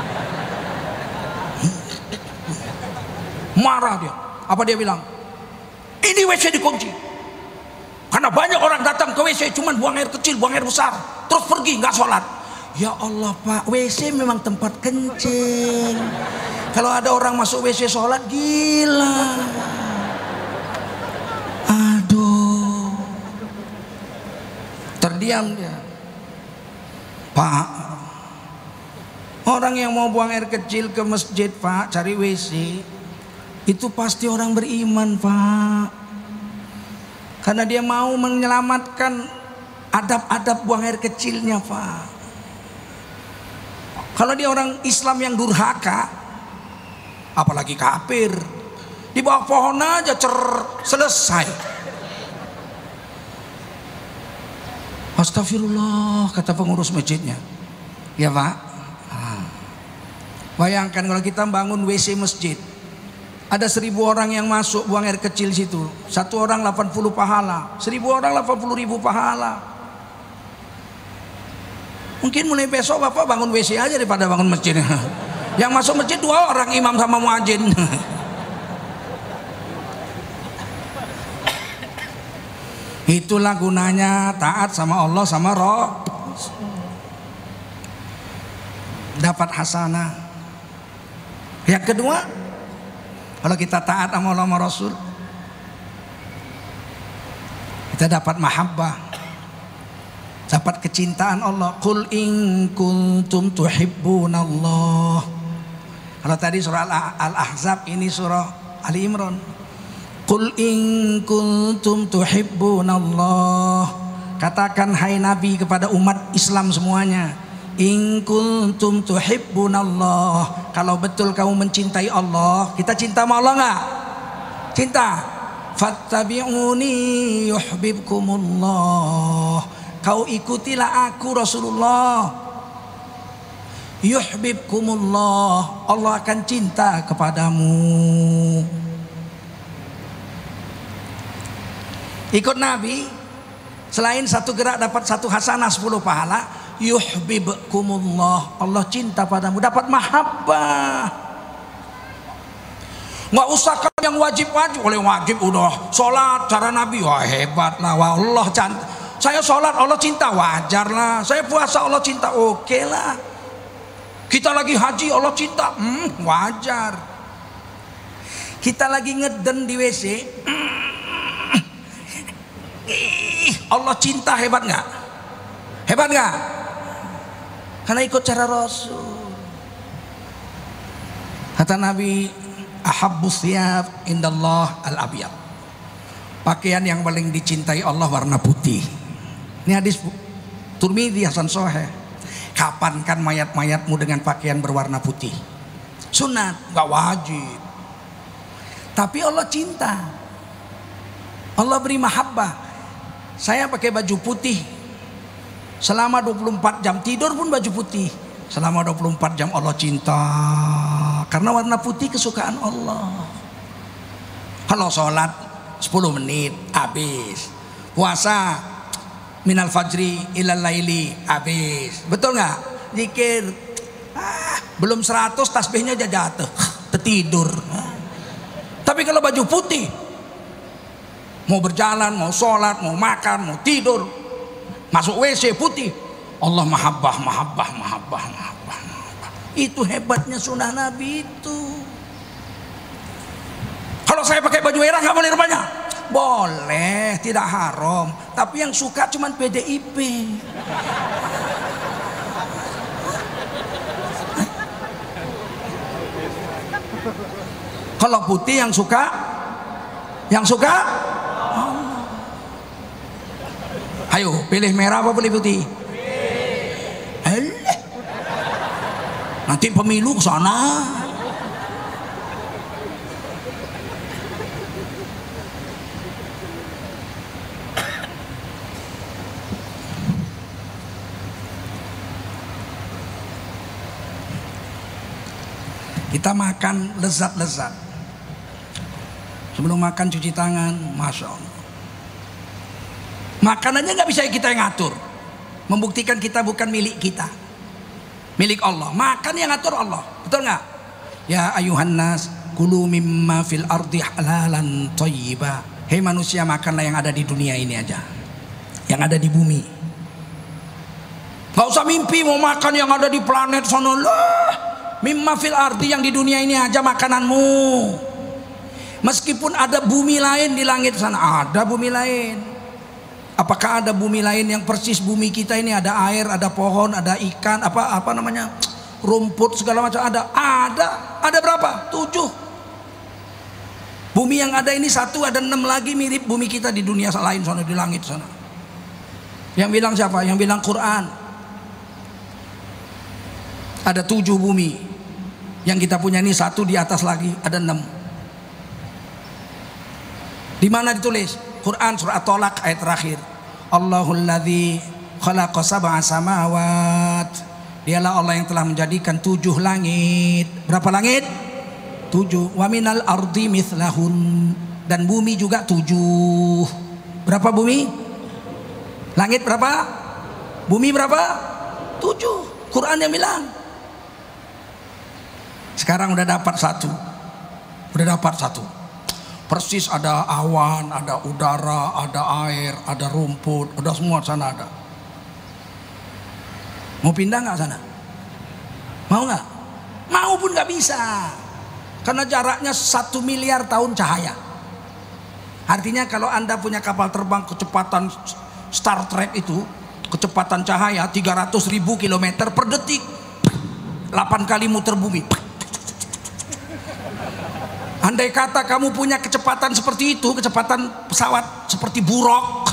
Marah dia. Apa dia bilang? Ini W C dikunci. Karena banyak orang datang ke W C cuman buang air kecil, buang air besar, terus pergi nggak sholat. Ya Allah Pak, W C memang tempat kencing. Kalau ada orang masuk W C sholat, gila. Aduh. Terdiam dia. Pak, orang yang mau buang air kecil ke masjid, Pak, cari W C, itu pasti orang beriman, Pak. Karena dia mau menyelamatkan adab-adab buang air kecilnya, Pak. Kalau dia orang Islam yang durhaka, apalagi kafir, di bawah pohon aja cer selesai. Astagfirullah, kata pengurus masjidnya. Ya, Pak. Nah, bayangkan kalau kita bangun W C masjid, ada seribu orang yang masuk buang air kecil situ, satu orang delapan puluh pahala, seribu orang delapan puluh ribu pahala. Mungkin mulai besok Bapak bangun W C aja daripada bangun masjid. Yang masuk masjid dua orang, imam sama muadzin. Itulah gunanya taat sama Allah sama Roh. Dapat hasanah. Yang kedua, kalau kita taat sama Allah sama Rasul, kita dapat mahabbah, dapat kecintaan Allah. Qul in kuntum tuhibbunallah. Kalau tadi surah Al-Ahzab, ini surah Ali Imran. Qul in kuntum tuhibbunallah. Katakan hai Nabi kepada umat Islam semuanya, in kuntum tuhibbunallah. Kalau betul kamu mencintai Allah, kita cinta sama Allah enggak? Cinta. Fattabi'uni yuhibbukumullah. Kau ikutilah aku Rasulullah, yuhibbukumullah, Allah akan cinta kepadamu. Ikut Nabi, selain satu gerak dapat satu hasanah sepuluh pahala, yuhibbukumullah, Allah cinta padamu, dapat mahabbah. Nggak usah kan yang wajib-wajib, oleh wajib udah sholat cara Nabi, wah hebat lah, wah Allah cantik. Saya sholat Allah cinta, wajar lah. Saya puasa Allah cinta, oke okay lah. Kita lagi haji Allah cinta, hmm, wajar. Kita lagi ngeden di W C, Allah cinta, hebat nggak? Hebat nggak? Karena ikut cara Rasul. Kata Nabi, ahabbus thiyab indallah al-abyad. Pakaian yang paling dicintai Allah warna putih. Ini hadis Tirmidzi hasan sahih. Kapankan mayat-mayatmu dengan pakaian berwarna putih? Sunat, nggak wajib. Tapi Allah cinta. Allah beri mahabbah. Saya pakai baju putih selama dua puluh empat jam, tidur pun baju putih selama dua puluh empat jam, Allah cinta. Karena warna putih kesukaan Allah. Kalau sholat sepuluh menit habis, puasa minal fajri ilal laili habis, betul nggak? Zikir ah, belum seratus tasbihnya aja jatuh, tertidur. Tapi kalau baju putih, mau berjalan, mau sholat, mau makan, mau tidur, masuk W C putih, Allah mahabbah, mahabbah, mahabbah, mahabbah, mahabbah. Itu hebatnya sunnah Nabi itu. Kalau saya pakai baju merah nggak boleh rupanya? Boleh, tidak haram. Tapi yang suka cuman P D I P. Kalau putih yang suka, yang suka, Allah. Ayo, pilih merah apa pilih putih? Alah. Nanti pemilu ke sana. Kita makan lezat-lezat. Sebelum makan cuci tangan, masya Allah. Makanannya nggak bisa kita yang ngatur, membuktikan kita bukan milik kita, milik Allah. Makan yang ngatur Allah, betul nggak? Ya ayuhan nas, kulu mimma fil ardi halalan thayyiba. Hei manusia, makanlah yang ada di dunia ini aja, yang ada di bumi. Nggak usah mimpi mau makan yang ada di planet sana lah. Mimma fil ardi, yang di dunia ini aja makananmu. Meskipun ada bumi lain di langit sana, ada bumi lain. Apakah ada bumi lain yang persis bumi kita ini, ada air, ada pohon, ada ikan, apa apa namanya, rumput segala macam, ada, ada, ada berapa? Tujuh. Bumi yang ada ini satu, ada enam lagi mirip bumi kita di dunia lain sana, di langit sana. Yang bilang siapa? Yang bilang Quran. Ada tujuh bumi. Yang kita punya ini satu, di atas lagi ada enam. Di mana ditulis? Quran surah At-Tolak ayat terakhir. Allahul ladzi khalaqa sab'a samawat. Dialah Allah yang telah menjadikan tujuh langit. Berapa langit? Tujuh. Wa minal ardi mithlahun. Dan bumi juga tujuh. Berapa bumi? Langit berapa? Bumi berapa? Tujuh. Quran yang bilang. Sekarang udah dapat satu. Udah dapat satu. Persis ada awan, ada udara, ada air, ada rumput, ada semua sana ada. Mau pindah nggak sana? Mau nggak? Mau pun nggak bisa, karena jaraknya satu miliar tahun cahaya. Artinya kalau anda punya kapal terbang kecepatan Star Trek itu, kecepatan cahaya tiga ratus ribu kilometer per detik, delapan kali muter bumi. Andai kata kamu punya kecepatan seperti itu, kecepatan pesawat seperti buruk,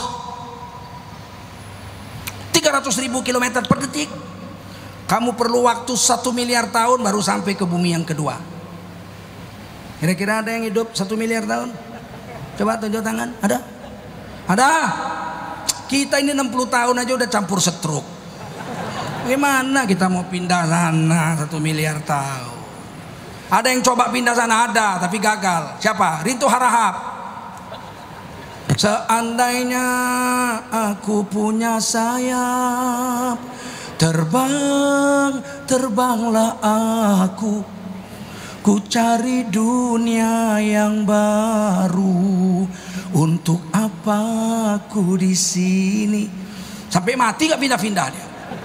tiga ratus ribu kilometer per detik, kamu perlu waktu satu miliar tahun baru sampai ke bumi yang kedua. Kira-kira ada yang hidup satu miliar tahun? Coba tunjuk tangan. Ada? Ada? Kita ini enam puluh tahun aja udah campur stroke. Gimana kita mau pindah sana satu miliar tahun? Ada yang coba pindah sana, ada, tapi gagal. Siapa? Rinto Harahap. Seandainya aku punya sayap, terbang, terbanglah aku. Ku cari dunia yang baru. Untuk apa aku di sini? Sampai mati gak pindah-pindah dia.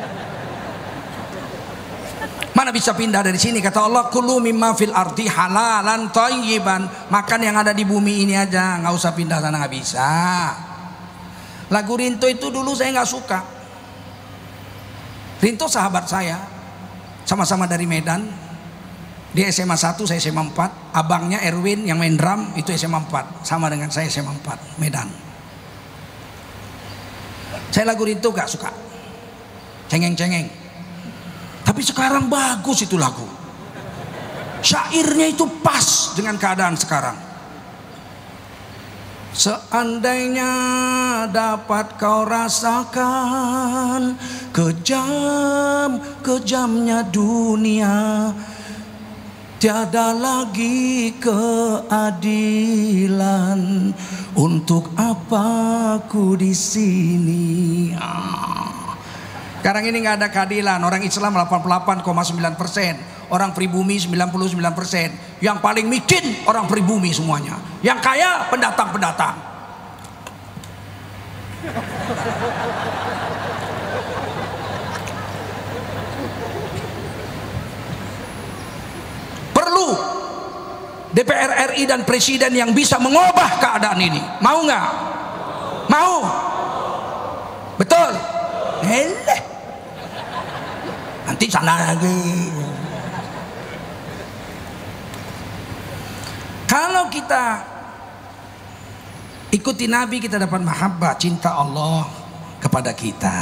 Mana bisa pindah dari sini? Kata Allah, kulu mimma fil ardi halalan thayyiban. Makan yang ada di bumi ini aja, nggak usah pindah sana, nggak bisa. Lagu Rinto itu dulu saya nggak suka. Rinto sahabat saya, sama-sama dari Medan. Dia S M A satu, saya S M A empat. Abangnya Erwin yang main drum itu S M A empat, sama dengan saya S M A empat, Medan. Saya lagu Rinto nggak suka, cengeng-cengeng. Tapi sekarang bagus itu lagu. Syairnya itu pas dengan keadaan sekarang. Seandainya dapat kau rasakan kejam-kejamnya dunia, tiada lagi keadilan. Untuk apa aku di sini? Ah. Sekarang ini nggak ada keadilan. Orang Islam delapan puluh delapan koma sembilan persen, orang pribumi sembilan puluh sembilan persen. Yang paling miskin orang pribumi semuanya. Yang kaya pendatang-pendatang. Perlu D P R R I dan presiden yang bisa mengubah keadaan ini. Mau nggak? Mau? Betul? Eleh. Nanti sana lagi. Kalau kita ikuti Nabi, kita dapat mahabbah, cinta Allah kepada kita.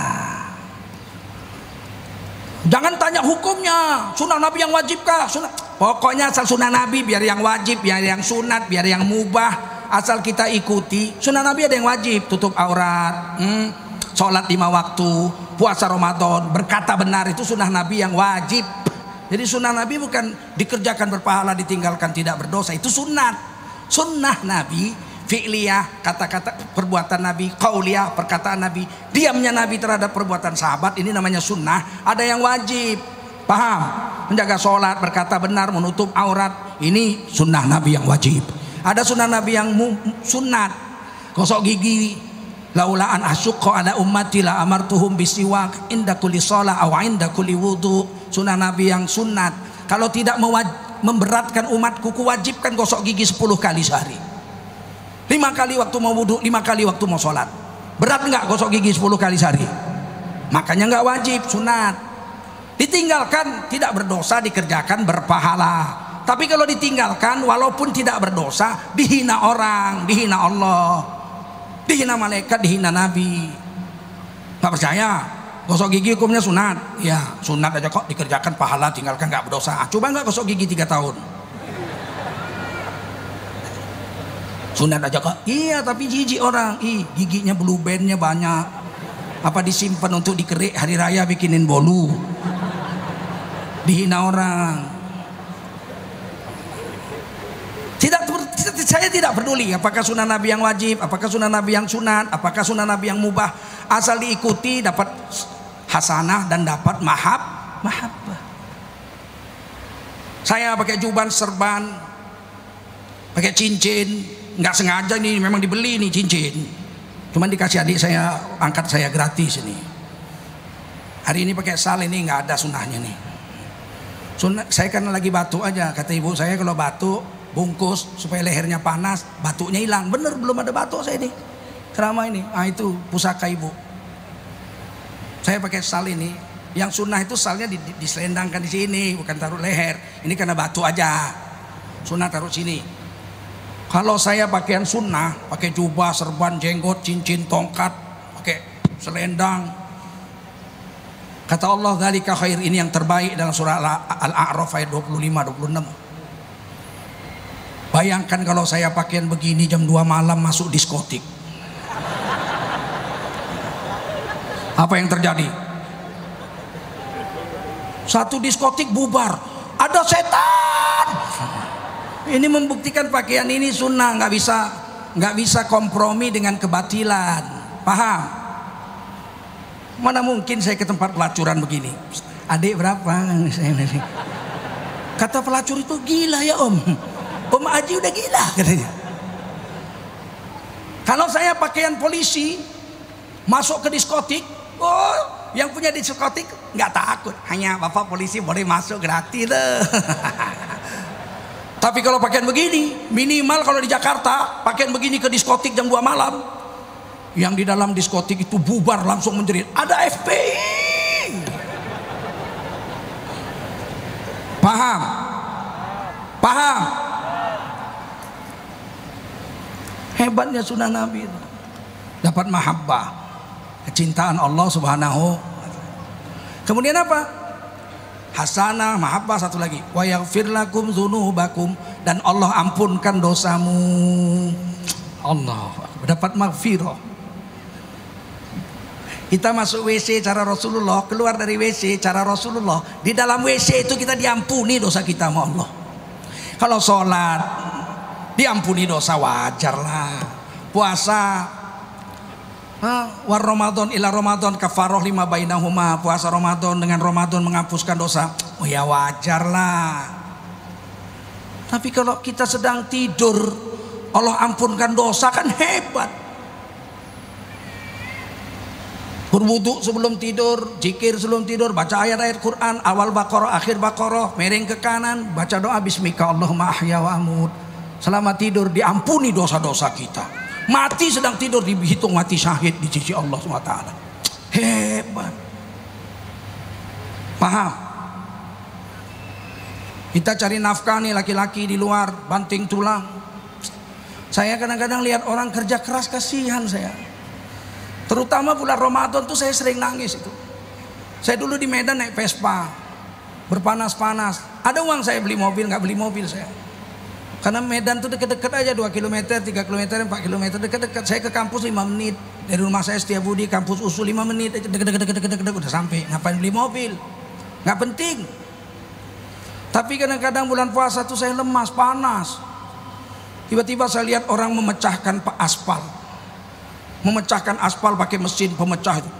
Jangan tanya hukumnya, sunnah Nabi yang wajibkah? Sunnah. Pokoknya asal sunnah Nabi, biar yang wajib, biar yang sunat, biar yang mubah, asal kita ikuti. Sunnah Nabi ada yang wajib, tutup aurat, hmm, sholat lima waktu, puasa Ramadan, berkata benar, itu sunnah Nabi yang wajib. Jadi sunnah Nabi bukan dikerjakan berpahala, ditinggalkan tidak berdosa, itu sunnah. Sunnah Nabi fi'liyah, kata-kata perbuatan Nabi, qauliyah, perkataan Nabi, diamnya Nabi terhadap perbuatan sahabat, ini namanya sunnah. Ada yang wajib, paham? Menjaga sholat, berkata benar, menutup aurat, ini sunnah Nabi yang wajib. Ada sunnah Nabi yang sunat, gosok gigi. Laula an asyqa ala ummati la amartuhum bisiwak inda kulli shalah aw inda kulli wudu. Sunnah Nabi yang sunat. kalau tidak memberatkan umatku, kuwajibkan gosok gigi sepuluh kali sehari. Lima kali waktu mau wudhu, lima kali waktu mau sholat. Berat nggak gosok gigi sepuluh kali sehari? Makanya nggak wajib, sunat. Ditinggalkan tidak berdosa, dikerjakan berpahala. Tapi kalau ditinggalkan walaupun tidak berdosa, dihina orang, dihina Allah, dihina malaikat, dihina Nabi. Nggak percaya? Gosok gigi hukumnya sunat. Ya sunat aja kok, dikerjakan pahala, tinggalkan nggak berdosa. Coba nggak gosok gigi tiga tahun? Sunat aja kok. Iya tapi jijik orang. Ih giginya blue bandnya banyak. Apa disimpan untuk dikerik hari raya bikinin bolu? Dihina orang. Tidak, saya tidak peduli apakah sunnah Nabi yang wajib, apakah sunnah Nabi yang sunat, apakah sunnah Nabi yang mubah. Asal diikuti dapat hasanah dan dapat mahab, mahabbah. Saya pakai juban serban, pakai cincin, nggak sengaja nih, memang dibeli nih cincin. Cuman dikasih adik saya, angkat saya gratis ini. Hari ini pakai sal ini nggak ada sunnahnya nih. Sunnah, saya kan lagi batuk aja, kata ibu saya kalau batuk bungkus supaya lehernya panas, batuknya hilang. Bener belum ada batuk saya nih selama ini. Ah itu pusaka ibu. Saya pakai sal ini. Yang sunnah itu salnya diselendangkan di sini, bukan taruh leher. Ini karena batuk aja. Sunnah taruh sini. Kalau saya pakaian sunnah, pakai jubah, serban, jenggot, cincin, tongkat, pakai selendang. Kata Allah, dzalika khair, ini yang terbaik dalam surah Al-A'raf ayat dua puluh lima dua puluh enam. Bayangkan kalau saya pakaian begini jam dua malam masuk diskotik. Apa yang terjadi? Satu diskotik bubar. Ada setan. Ini membuktikan pakaian ini sunnah, nggak bisa nggak bisa kompromi dengan kebatilan. Paham? Mana mungkin saya ke tempat pelacuran begini. Adik berapa? Kata pelacur itu, gila ya om. Om Aji udah gila katanya. Kalau saya pakaian polisi masuk ke diskotik, oh yang punya diskotik nggak takut, hanya bapak polisi boleh masuk gratis deh. Tapi kalau pakaian begini, minimal kalau di Jakarta pakaian begini ke diskotik jam dua malam, yang di dalam diskotik itu bubar langsung menjerit, ada F P I. Paham? Paham? Hebatnya sunnah Nabi itu. Dapat mahabbah, kecintaan Allah Subhanahu. Kemudian apa? Hasanah, mahabbah, satu lagi. Wa yaghfir lakum dzunubakum, dan Allah ampunkan dosamu. Allah dapat maghfirah. Kita masuk W C cara Rasulullah, keluar dari W C cara Rasulullah. Di dalam W C itu kita diampuni dosa kita sama Allah. Kalau sholat diampuni dosa, wajar lah. Puasa, war Ramadan ila Ramadan kafaroh lima bainahuma, puasa Ramadan dengan Ramadan menghapuskan dosa, oh ya wajar lah. Tapi kalau kita sedang tidur Allah ampunkan dosa, kan hebat. Berwudu sebelum tidur, zikir sebelum tidur, baca ayat-ayat Quran, awal Baqarah, akhir Baqarah, miring ke kanan, baca doa bismika Allahumma ahya wa amut. Selamat tidur diampuni dosa-dosa kita. Mati sedang tidur dihitung mati syahid di sisi Allah subhanahu wa taala. Hebat. Paham? Kita cari nafkah nih laki-laki di luar, banting tulang. Saya kadang-kadang lihat orang kerja keras, kasihan saya. Terutama bulan Ramadan tuh saya sering nangis itu. Saya dulu di Medan naik Vespa, berpanas-panas. Ada uang saya beli mobil, nggak beli mobil saya. Karena Medan tuh deket-deket aja, dua kilometer, tiga kilometer, empat kilometer, deket-deket. Saya ke kampus lima menit. Dari rumah saya Setiabudi, kampus U S U lima menit, deket-deket udah sampai. Ngapain beli mobil? Nggak penting. Tapi kadang-kadang bulan puasa tuh saya lemas, panas. Tiba-tiba saya lihat orang memecahkan aspal. Memecahkan aspal pakai mesin pemecah itu.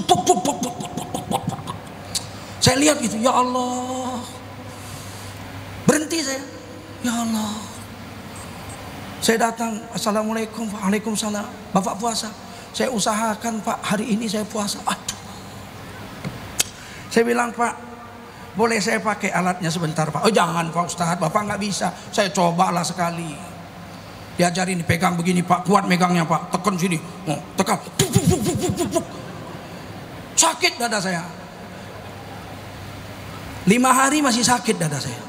Saya lihat gitu, ya Allah. Berhenti saya. Ya Allah. Saya datang, assalamualaikum, waalaikumsalam. Bapak puasa? Saya usahakan Pak, hari ini saya puasa. Aduh. Saya bilang, Pak, boleh saya pakai alatnya sebentar Pak? Oh jangan Pak Ustadz, Bapak nggak bisa. Saya cobalah sekali. Diajarin pegang begini Pak, kuat megangnya Pak, tekan sini, oh, tekan, sakit dada saya. Lima hari masih sakit dada saya.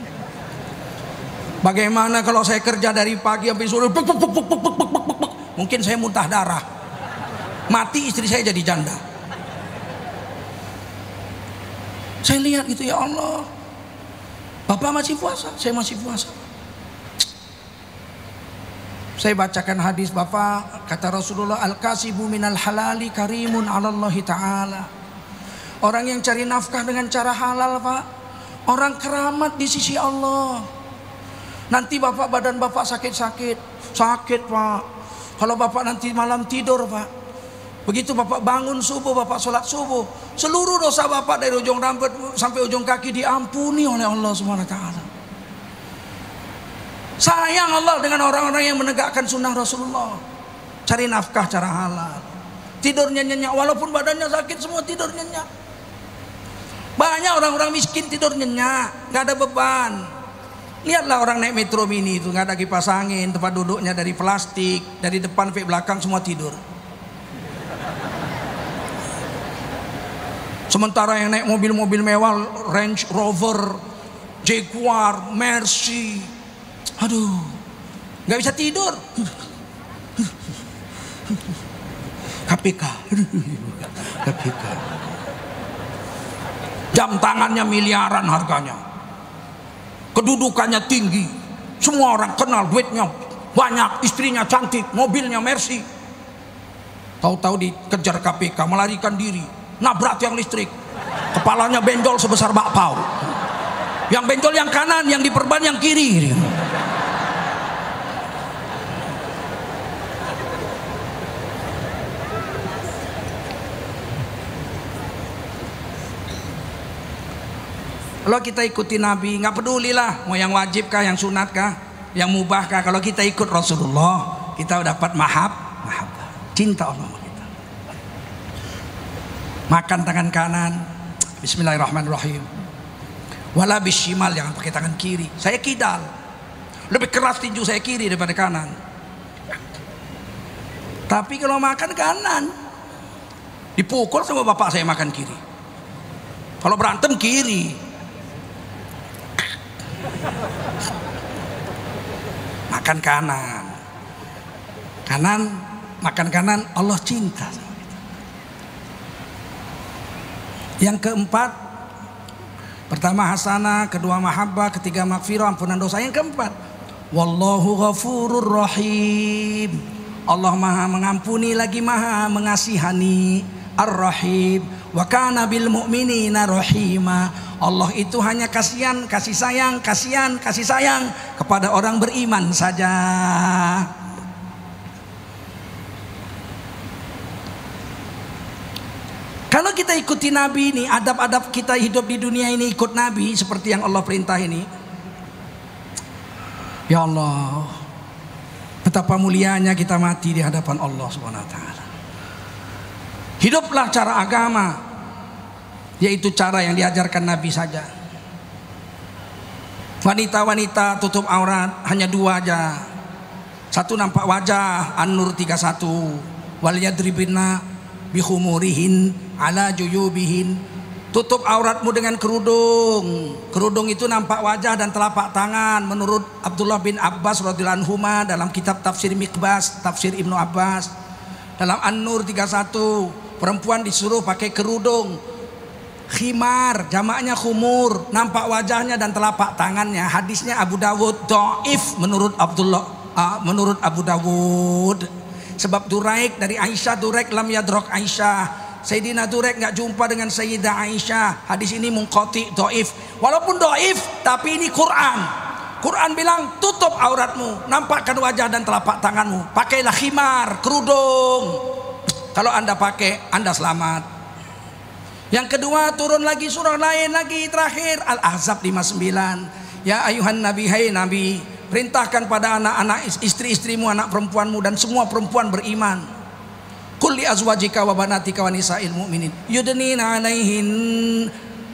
Bagaimana kalau saya kerja dari pagi sampai sore, mungkin saya muntah darah, mati istri saya jadi janda. Saya lihat gitu, ya Allah, Bapak masih puasa, saya masih puasa. Saya bacakan hadis Bapak, kata Rasulullah, al-kasibu minal halali karimun alallahi ta'ala. Orang yang cari nafkah dengan cara halal Pak, orang keramat di sisi Allah. Nanti Bapak, badan Bapak sakit-sakit, sakit Pak. Kalau Bapak nanti malam tidur Pak, begitu Bapak bangun subuh, Bapak sholat subuh, seluruh dosa Bapak dari ujung rambut sampai ujung kaki diampuni oleh Allah subhanahu wa taala. Sayang Allah dengan orang-orang yang menegakkan sunnah Rasulullah, cari nafkah cara halal, tidurnya nyenyak, walaupun badannya sakit semua tidur nyenyak. Banyak orang-orang miskin tidur nyenyak, nggak ada beban. Lihatlah orang naik metro mini itu, nggak ada kipas angin, tempat duduknya dari plastik, dari depan sampai belakang semua tidur. Sementara yang naik mobil-mobil mewah, Range Rover, Jaguar, Mercy, aduh, nggak bisa tidur. K P K, K P K. Jam tangannya miliaran harganya, kedudukannya tinggi, semua orang kenal, duitnya banyak, istrinya cantik, mobilnya Mercy. Tahu-tahu dikejar K P K, melarikan diri, nabrak tiang listrik, kepalanya benjol sebesar bakpao. Yang benjol yang kanan, yang diperban yang kiri. Kalau kita ikuti Nabi, nggak peduli lah mau yang wajib kah, yang sunat kah, yang mubah kah. Kalau kita ikut Rasulullah, kita dapat mahab, mahab, cinta Allah kita. Makan tangan kanan, Bismillahirrahmanirrahim. Wala bishimal, jangan pakai tangan kiri. Saya kidal, lebih keras tinju saya kiri daripada kanan. Tapi kalau makan kanan, dipukul sama bapak saya makan kiri. Kalau berantem kiri. Makan kanan, kanan, makan kanan, Allah cinta sama kita. Yang keempat, pertama hasanah, kedua mahabbah, ketiga maghfirah, ampunan dosa. Yang keempat, wallahu ghafurur rahim. Allah maha mengampuni lagi maha mengasihani, ar-rahim. Wa kana bil mu'minina rahima. Allah itu hanya kasihan, kasih sayang, kasihan, kasih sayang kepada orang beriman saja. Kalau kita ikuti Nabi ini, adab-adab kita hidup di dunia ini ikut Nabi seperti yang Allah perintah ini. Ya Allah, betapa mulianya kita mati di hadapan Allah Subhanahu wa taala. Hiduplah cara agama, yaitu cara yang diajarkan Nabi saja. Wanita-wanita tutup aurat hanya dua aja. Satu nampak wajah, An-Nur tiga puluh satu. Wal yadribna bihumurihin ala juyubihin. Tutup auratmu dengan kerudung. Kerudung itu nampak wajah dan telapak tangan. Menurut Abdullah bin Abbas radhiyallahu anhuma dalam kitab tafsir Miqbas, tafsir Ibnu Abbas, dalam An-Nur tiga puluh satu, perempuan disuruh pakai kerudung. Khimar, jamaknya khumur, nampak wajahnya dan telapak tangannya. Hadisnya Abu Dawud dhaif menurut Abdullah, uh, menurut Abu Dawud. Sebab Duraik dari Aisyah, Duraik lam yadrok Aisyah. Sayyidina Duraik nggak jumpa dengan Sayyidah Aisyah. Hadis ini munqati, dhaif. Walaupun dhaif, tapi ini Quran. Quran bilang tutup auratmu, nampakkan wajah dan telapak tanganmu. Pakailah khimar, kerudung. Kalau Anda pakai, Anda selamat. Yang kedua, turun lagi surah lain lagi terakhir, Al-Ahzab lima puluh sembilan. Ya ayuhan nabi, hai nabi, perintahkan pada anak-anak istri-istrimu, anak perempuanmu dan semua perempuan beriman. Qul li azwajika wa banatika wa nisa'il mu'minin yudnina 'alaihin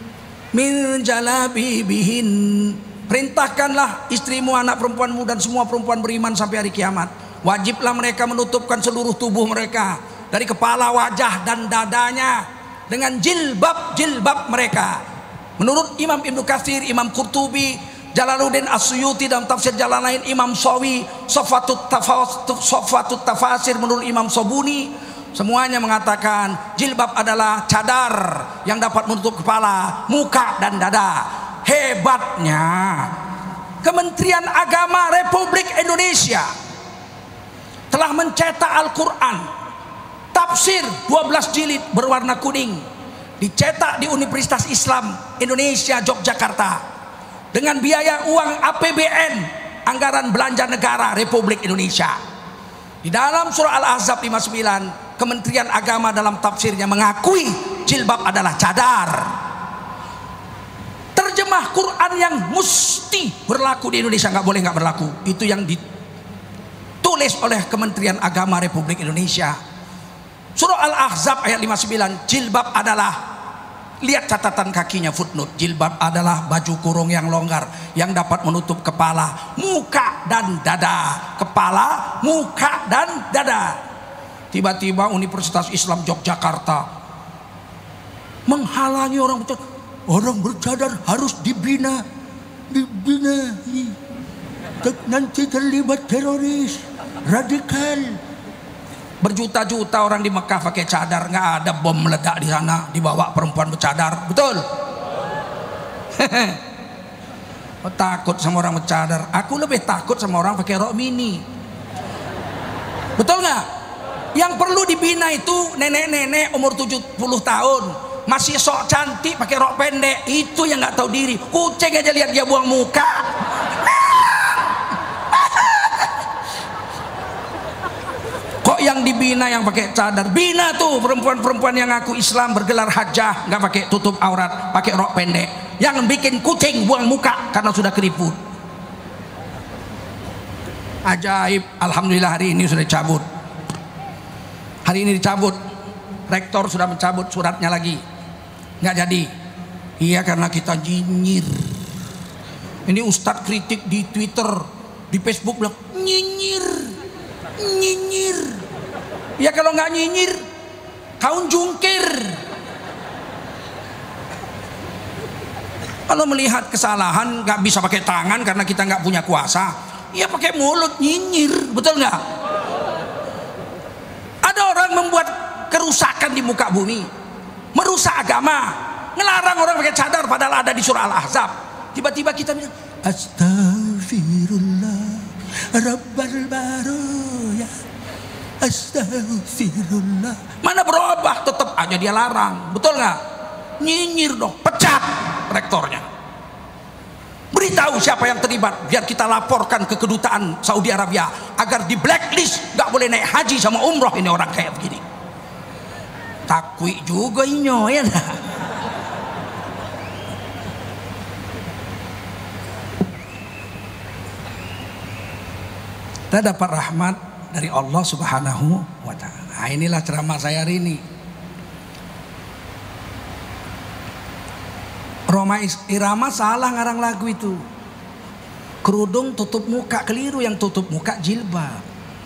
min jalabibihin. Perintahkanlah istrimu, anak perempuanmu dan semua perempuan beriman sampai hari kiamat. Wajiblah mereka menutupkan seluruh tubuh mereka dari kepala, wajah dan dadanya dengan jilbab-jilbab mereka. Menurut Imam Ibnu Katsir, Imam Qurtubi, Jalaluddin As-Suyuti dalam tafsir jalan lain, Imam Sawi, Sofatut Tafasir menurut Imam Sobuni, semuanya mengatakan jilbab adalah cadar yang dapat menutup kepala, muka dan dada. Hebatnya Kementerian Agama Republik Indonesia telah mencetak Al-Quran tafsir dua belas jilid berwarna kuning, dicetak di Universitas Islam Indonesia Yogyakarta dengan biaya uang A P B N, anggaran belanja negara Republik Indonesia. Di dalam surah Al-Ahzab lima puluh sembilan, Kementerian Agama dalam tafsirnya mengakui jilbab adalah cadar. Terjemah Quran yang mesti berlaku di Indonesia, nggak boleh nggak berlaku. Itu yang ditulis oleh Kementerian Agama Republik Indonesia. Surah Al-Ahzab ayat lima puluh sembilan, jilbab adalah, lihat catatan kakinya footnote, jilbab adalah baju kurung yang longgar yang dapat menutup kepala, muka dan dada. Kepala, muka dan dada. Tiba-tiba Universitas Islam Yogyakarta menghalangi orang bercadar. Orang bercadar harus dibina, dibina, nanti terlibat teroris, radikal. Berjuta-juta orang di Mekah pakai cadar, nggak ada bom meledak di sana, dibawa perempuan bercadar, betul? Oh, takut sama orang bercadar. Aku lebih takut sama orang pakai rok mini, betul nggak? Yang perlu dibina itu nenek-nenek umur tujuh puluh tahun. Masih sok cantik pakai rok pendek, itu yang nggak tahu diri. Kucing aja lihat dia buang muka. Kok yang dibina yang pakai cadar? Bina tuh perempuan-perempuan yang ngaku Islam bergelar hajah, nggak pakai tutup aurat, pakai rok pendek. Yang bikin kucing buang muka karena sudah keriput. Ajaib, alhamdulillah hari ini sudah dicabut. Hari ini dicabut. Rektor sudah mencabut suratnya lagi. Nggak jadi. Iya, karena kita nyinyir. Ini Ustadz kritik di Twitter, di Facebook bilang nyinyir, nyinyir. Ya kalau nggak nyinyir, kaum jungkir. Kalau melihat kesalahan nggak bisa pakai tangan karena kita nggak punya kuasa, ya pakai mulut nyinyir, betul nggak? Ada orang membuat kerusakan di muka bumi, merusak agama, ngelarang orang pakai cadar padahal ada di surah Al-Ahzab. Tiba-tiba kita bilang astagfirullah rabbal baraya, astagfirullah. Mana berubah, tetap aja dia larang, betul nggak? Nyinyir dong, pecat rektornya. Beritahu siapa yang terlibat, biar kita laporkan ke kedutaan Saudi Arabia agar di blacklist, nggak boleh naik haji sama umroh ini orang kayak begini. Takwi juga inyo ya. Kita dapat rahmat dari Allah Subhanahu wa ta'ala. Nah, inilah ceramah saya hari ini. Roma Irama salah ngarang lagu itu. Kerudung tutup muka, keliru, yang tutup muka jilbab.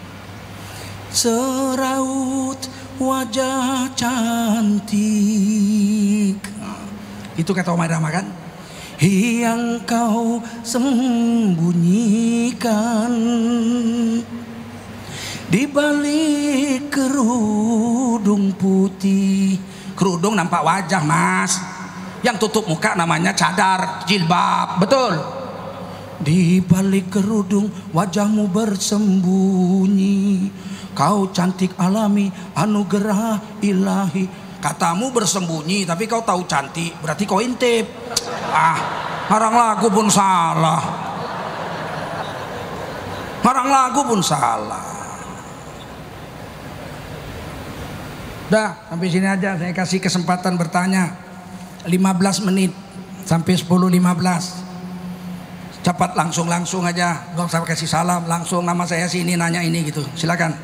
Seraut wajah cantik, itu kata Roma Irama kan, yang kau sembunyikan di balik kerudung putih. Kerudung nampak wajah mas, yang tutup muka namanya cadar, jilbab, betul. Di balik kerudung wajahmu bersembunyi, kau cantik alami anugerah ilahi. Katamu bersembunyi tapi kau tahu cantik, berarti kau intip. Ah, ngarang lagu pun salah, ngarang lagu pun salah. Udah, sampai sini aja, saya kasih kesempatan bertanya lima belas menit sampai sepuluh lima belas. Cepat, langsung-langsung aja, gak usah kasih salam, langsung nama saya sini nanya ini gitu. Silakan.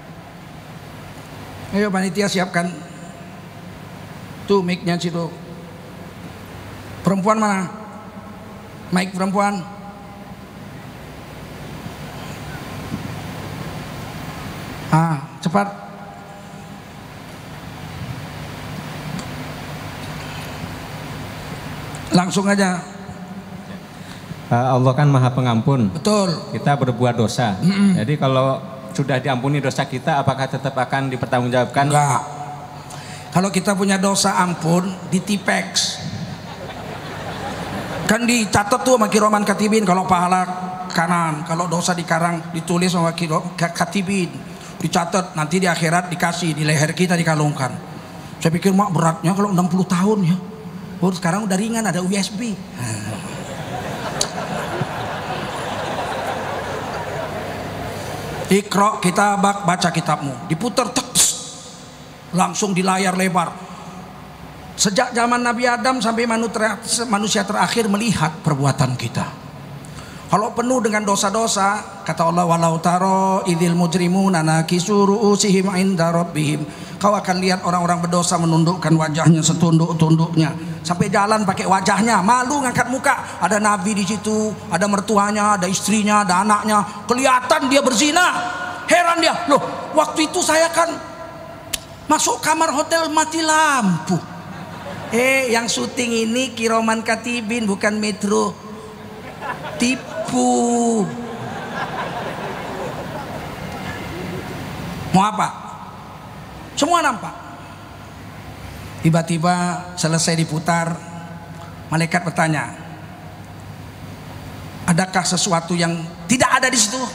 Ayo panitia siapkan tuh mic-nya situ. Perempuan mana? Mic perempuan. Ah, cepat. Langsung aja. Allah kan Maha Pengampun. Betul. Kita berbuat dosa. Mm-mm. Jadi kalau sudah diampuni dosa kita, apakah tetap akan dipertanggungjawabkan? Enggak. Kalau kita punya dosa ampun, ditipex. Kan dicatat tuh sama kiraman katibin, kalau pahala kanan, kalau dosa dikarang ditulis sama katibin, dicatat, nanti di akhirat dikasih di leher kita, dikalungkan. Saya pikir mak beratnya kalau enam puluh tahun ya. Oh, sekarang udah ringan, ada U S B. Iqra kitabak, baca kitabmu, diputar tek, langsung di layar lebar. Sejak zaman Nabi Adam sampai manusia terakhir melihat perbuatan kita. Kalau penuh dengan dosa-dosa, kata Allah, walau taro idzil mujrimuna nakisu ru'usihim inda rabbihim. Kau akan lihat orang-orang berdosa menundukkan wajahnya setunduk-tunduknya, sampai jalan pakai wajahnya, malu ngangkat muka. Ada nabi di situ, ada mertuanya, ada istrinya, ada anaknya. Kelihatan dia berzina. Heran dia, loh, waktu itu saya kan masuk kamar hotel mati lampu. Eh, yang syuting ini kiraman katibin, bukan metro. Tipu. Mau apa? Semua nampak. Tiba-tiba selesai diputar, malaikat bertanya, adakah sesuatu yang tidak ada di situ?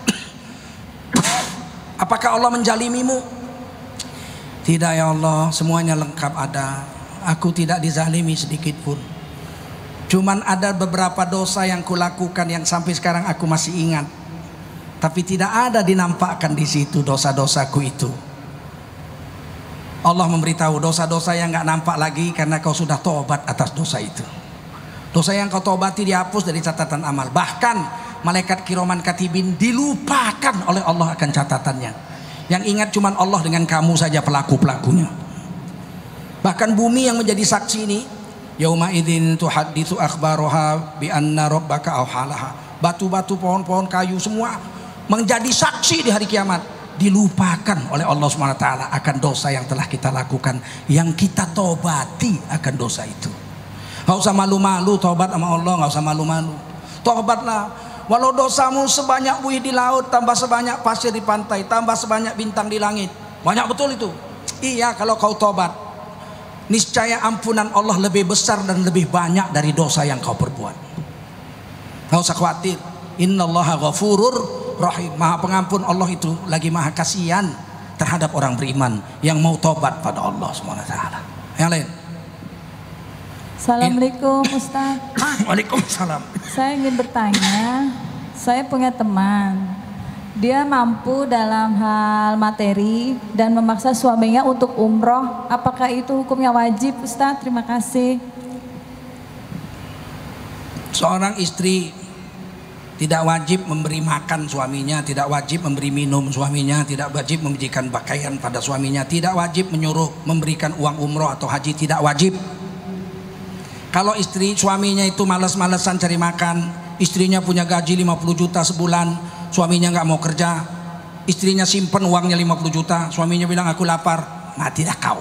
Apakah Allah menjalimimu? Tidak ya Allah, semuanya lengkap ada. Aku tidak dizalimi sedikit pun. Cuman ada beberapa dosa yang kulakukan yang sampai sekarang aku masih ingat. Tapi tidak ada dinampakkan di situ dosa-dosaku itu. Allah memberitahu dosa-dosa yang nggak nampak lagi karena kau sudah tobat atas dosa itu. Dosa yang kau tobati dihapus dari catatan amal. Bahkan malaikat kiraman katibin dilupakan oleh Allah akan catatannya. Yang ingat cuman Allah dengan kamu saja pelaku-pelakunya. Bahkan bumi yang menjadi saksi ini, yauma idzin tuhadditsu akhbaroha bi anna rabbaka awhalaha. Batu-batu, pohon-pohon, kayu semua menjadi saksi di hari kiamat. Dilupakan oleh Allah subhanahu wa taala akan dosa yang telah kita lakukan, yang kita tobati akan dosa itu. Gak usah malu-malu tobat sama Allah, gak usah malu-malu. Tobatlah. Walau dosamu sebanyak buih di laut, tambah sebanyak pasir di pantai, tambah sebanyak bintang di langit. Banyak betul itu. Iya, kalau kau tobat, niscaya ampunan Allah lebih besar dan lebih banyak dari dosa yang kau perbuat. Gak usah khawatir. Innallaha ghafurur rahim. Maha pengampun Allah itu lagi maha kasihan terhadap orang beriman yang mau tobat pada Allah subhanahu wa taala. Yang lain. Assalamualaikum Ustaz. Waalaikumsalam. Saya ingin bertanya, saya punya teman, dia mampu dalam hal materi dan memaksa suaminya untuk umroh. Apakah itu hukumnya wajib Ustaz? Terima kasih. Seorang istri tidak wajib memberi makan suaminya, tidak wajib memberi minum suaminya, tidak wajib memberikan pakaian pada suaminya, tidak wajib menyuruh memberikan uang umroh atau haji, tidak wajib. Kalau istri suaminya itu malas-malesan cari makan, istrinya punya gaji lima puluh juta sebulan, suaminya nggak mau kerja, istrinya simpen uangnya lima puluh juta, suaminya bilang aku lapar, matilah kau.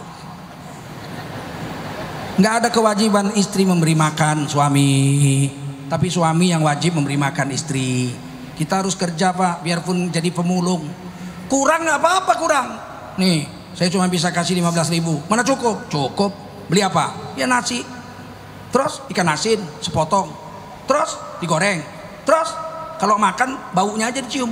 Nggak ada kewajiban istri memberi makan suami, tapi suami yang wajib memberi makan istri. Kita harus kerja Pak, biarpun jadi pemulung. Kurang nggak apa-apa kurang. Nih, saya cuma bisa kasih lima belas ribu. Mana cukup? Cukup. Beli apa? Ya nasi. Terus ikan asin sepotong. Terus digoreng. Terus kalau makan baunya aja dicium.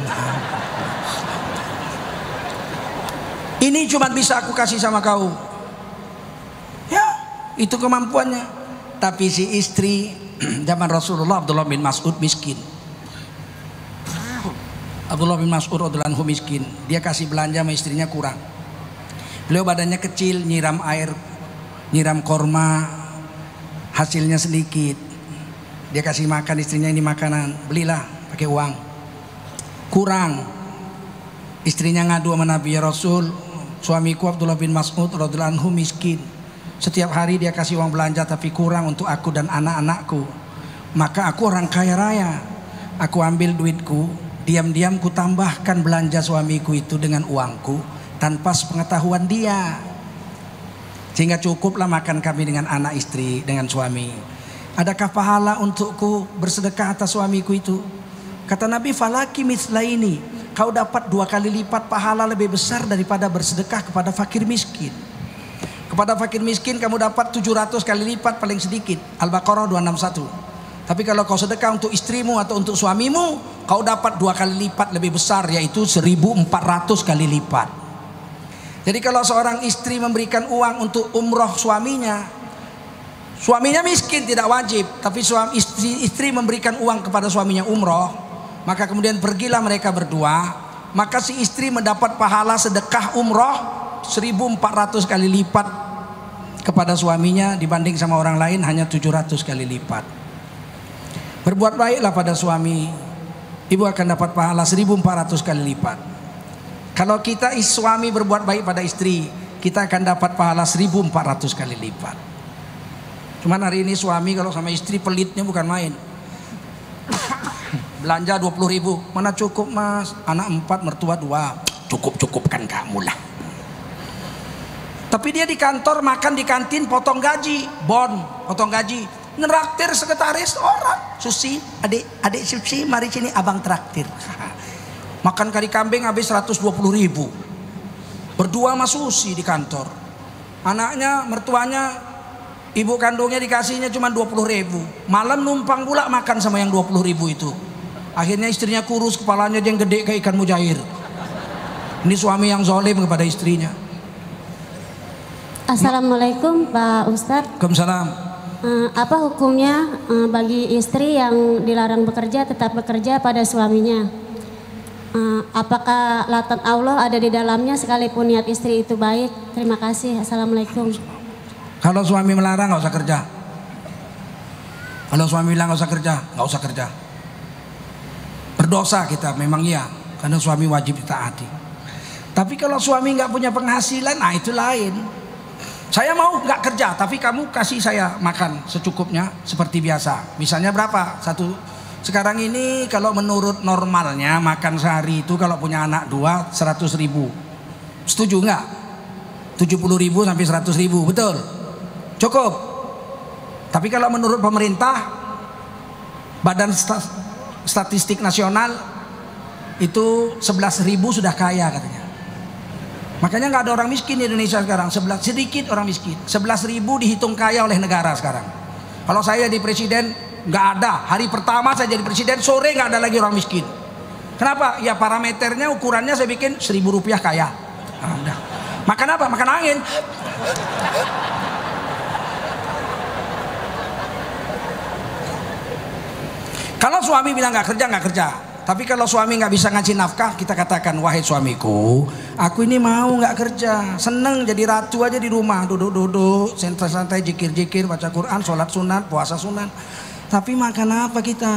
Ini cuma bisa aku kasih sama kau. Ya, itu kemampuannya. Tapi si istri zaman Rasulullah, Abdullah bin Mas'ud miskin. Abdullah bin Mas'ud radhiyallahu anhu miskin. Dia kasih belanja sama istrinya kurang. Beliau badannya kecil, nyiram air, nyiram korma, hasilnya sedikit. Dia kasih makan istrinya ini makanan, belilah pakai uang. Kurang. Istrinya ngadu sama Nabi, ya Rasul, suamiku Abdullah bin Mas'ud radhiyallahu anhu miskin. Setiap hari dia kasih uang belanja tapi kurang untuk aku dan anak-anakku. Maka aku orang kaya raya. Aku ambil duitku, diam-diam ku tambahkan belanja suamiku itu dengan uangku tanpa sepengetahuan dia. Sehingga cukuplah makan kami dengan anak istri, dengan suami. Adakah pahala untukku bersedekah atas suamiku itu? Kata Nabi, falaki mislaini, kau dapat dua kali lipat pahala lebih besar daripada bersedekah kepada fakir miskin. Kepada fakir miskin kamu dapat tujuh ratus kali lipat paling sedikit. Al-Baqarah dua enam satu. Tapi kalau kau sedekah untuk istrimu atau untuk suamimu, kau dapat dua kali lipat lebih besar, yaitu seribu empat ratus kali lipat. Jadi kalau seorang istri memberikan uang untuk umroh suaminya, suaminya miskin tidak wajib, tapi suami istri, istri memberikan uang kepada suaminya umroh, maka kemudian pergilah mereka berdua, maka si istri mendapat pahala sedekah umroh seribu empat ratus kali lipat kepada suaminya, dibanding sama orang lain hanya tujuh ratus kali lipat. Berbuat baiklah pada suami, ibu akan dapat pahala seribu empat ratus kali lipat. Kalau kita suami berbuat baik pada istri, kita akan dapat pahala seribu empat ratus kali lipat. Cuman hari ini suami kalau sama istri pelitnya bukan main. Belanja dua puluh ribu, mana cukup mas, anak empat mertua dua, cukup-cukupkan kamu lah. Tapi dia di kantor makan di kantin potong gaji, bon, potong gaji, neraktir sekretaris orang, Susi, adik, adik Susi, mari sini abang traktir. Makan kari kambing habis seratus dua puluh ribu, berdua sama Susi di kantor. Anaknya, mertuanya, ibu kandungnya dikasihnya cuma dua puluh ribu, malam numpang pula makan sama yang dua puluh ribu itu. Akhirnya istrinya kurus, kepalanya yang gede kayak ikan mujair. Ini suami yang zalim kepada istrinya. Assalamualaikum Pak Ustadz. Waalaikumsalam. Uh, apa hukumnya uh, bagi istri yang dilarang bekerja tetap bekerja pada suaminya? Uh, apakah laknat Allah ada di dalamnya sekalipun niat istri itu baik? Terima kasih. Assalamualaikum. Kalau suami melarang nggak usah kerja. Kalau suami bilang nggak usah kerja, nggak usah kerja. Berdosa kita memang iya, karena suami wajib ditaati. Tapi kalau suami nggak punya penghasilan, nah itu lain. Saya mau nggak kerja, tapi kamu kasih saya makan secukupnya seperti biasa. Misalnya berapa? Satu. Sekarang ini kalau menurut normalnya makan sehari itu kalau punya anak dua seratus ribu. Setuju nggak? tujuh puluh ribu sampai seratus ribu, betul? Cukup. Tapi kalau menurut pemerintah, Badan Statistik Nasional, itu sebelas ribu sudah kaya katanya. Makanya nggak ada orang miskin di Indonesia sekarang. Sebelas, sedikit orang miskin. sebelas ribu dihitung kaya oleh negara sekarang. Kalau saya jadi presiden, nggak ada. Hari pertama saya jadi presiden, sore nggak ada lagi orang miskin. Kenapa? Ya parameternya, ukurannya saya bikin seribu rupiah kaya. Nah, udah. Makan apa? Makan angin. Kalau suami bilang nggak kerja, nggak kerja. Tapi kalau suami nggak bisa ngasih nafkah, kita katakan, wahai suamiku, aku ini mau nggak kerja, seneng jadi ratu aja di rumah, duduk-duduk, santai-santai, jikir-jikir, baca Quran, sholat sunat, puasa sunat. Tapi makan apa kita?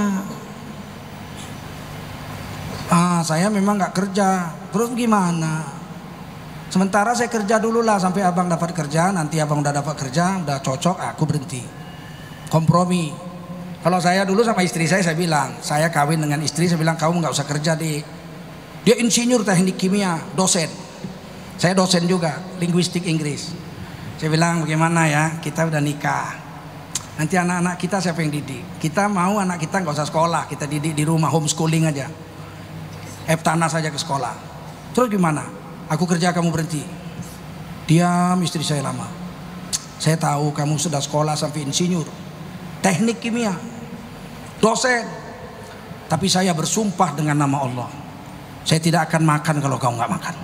Ah, saya memang nggak kerja. Terus gimana? Sementara saya kerja dulu lah sampai abang dapat kerja. Nanti abang udah dapat kerja, udah cocok, aku berhenti. Kompromi. Kalau saya dulu sama istri saya, saya bilang, saya kawin dengan istri, saya bilang kamu nggak usah kerja di, dia insinyur teknik kimia, dosen. Saya dosen juga, linguistik Inggris. Saya bilang bagaimana ya, kita udah nikah. Nanti anak-anak kita siapa yang didik? Kita mau anak kita nggak usah sekolah, kita didik di rumah, homeschooling aja. Eptanas saja ke sekolah. Terus gimana? Aku kerja, kamu berhenti. Diam, istri saya lama. Saya tahu kamu sudah sekolah sampai insinyur, teknik kimia, dosen. Tapi saya bersumpah dengan nama Allah, saya tidak akan makan kalau kau nggak makan.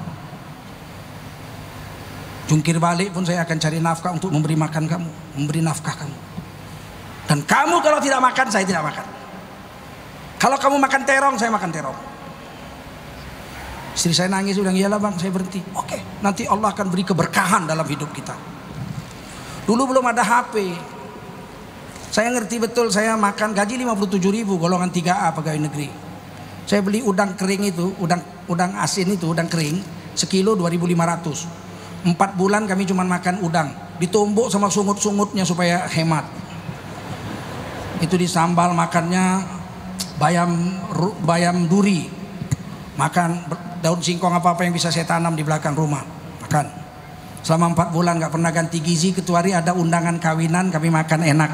Jungkir balik pun saya akan cari nafkah untuk memberi makan kamu, memberi nafkah kamu. Dan kamu kalau tidak makan, saya tidak makan. Kalau kamu makan terong, saya makan terong. Istri saya nangis, bilang iyalah bang, saya berhenti. Oke, nanti Allah akan beri keberkahan dalam hidup kita. Dulu belum ada H P. Saya ngerti betul, saya makan gaji lima puluh tujuh ribu golongan tiga A pegawai negeri. Saya beli udang kering itu, udang udang asin itu, udang kering, sekilo dua ribu lima ratus. Empat bulan kami cuma makan udang ditumbuk sama sungut-sungutnya supaya hemat. Itu disambal makannya bayam bayam duri, makan daun singkong apa-apa yang bisa saya tanam di belakang rumah, makan. Selama empat bulan nggak pernah ganti gizi, kecuali ada undangan kawinan kami makan enak.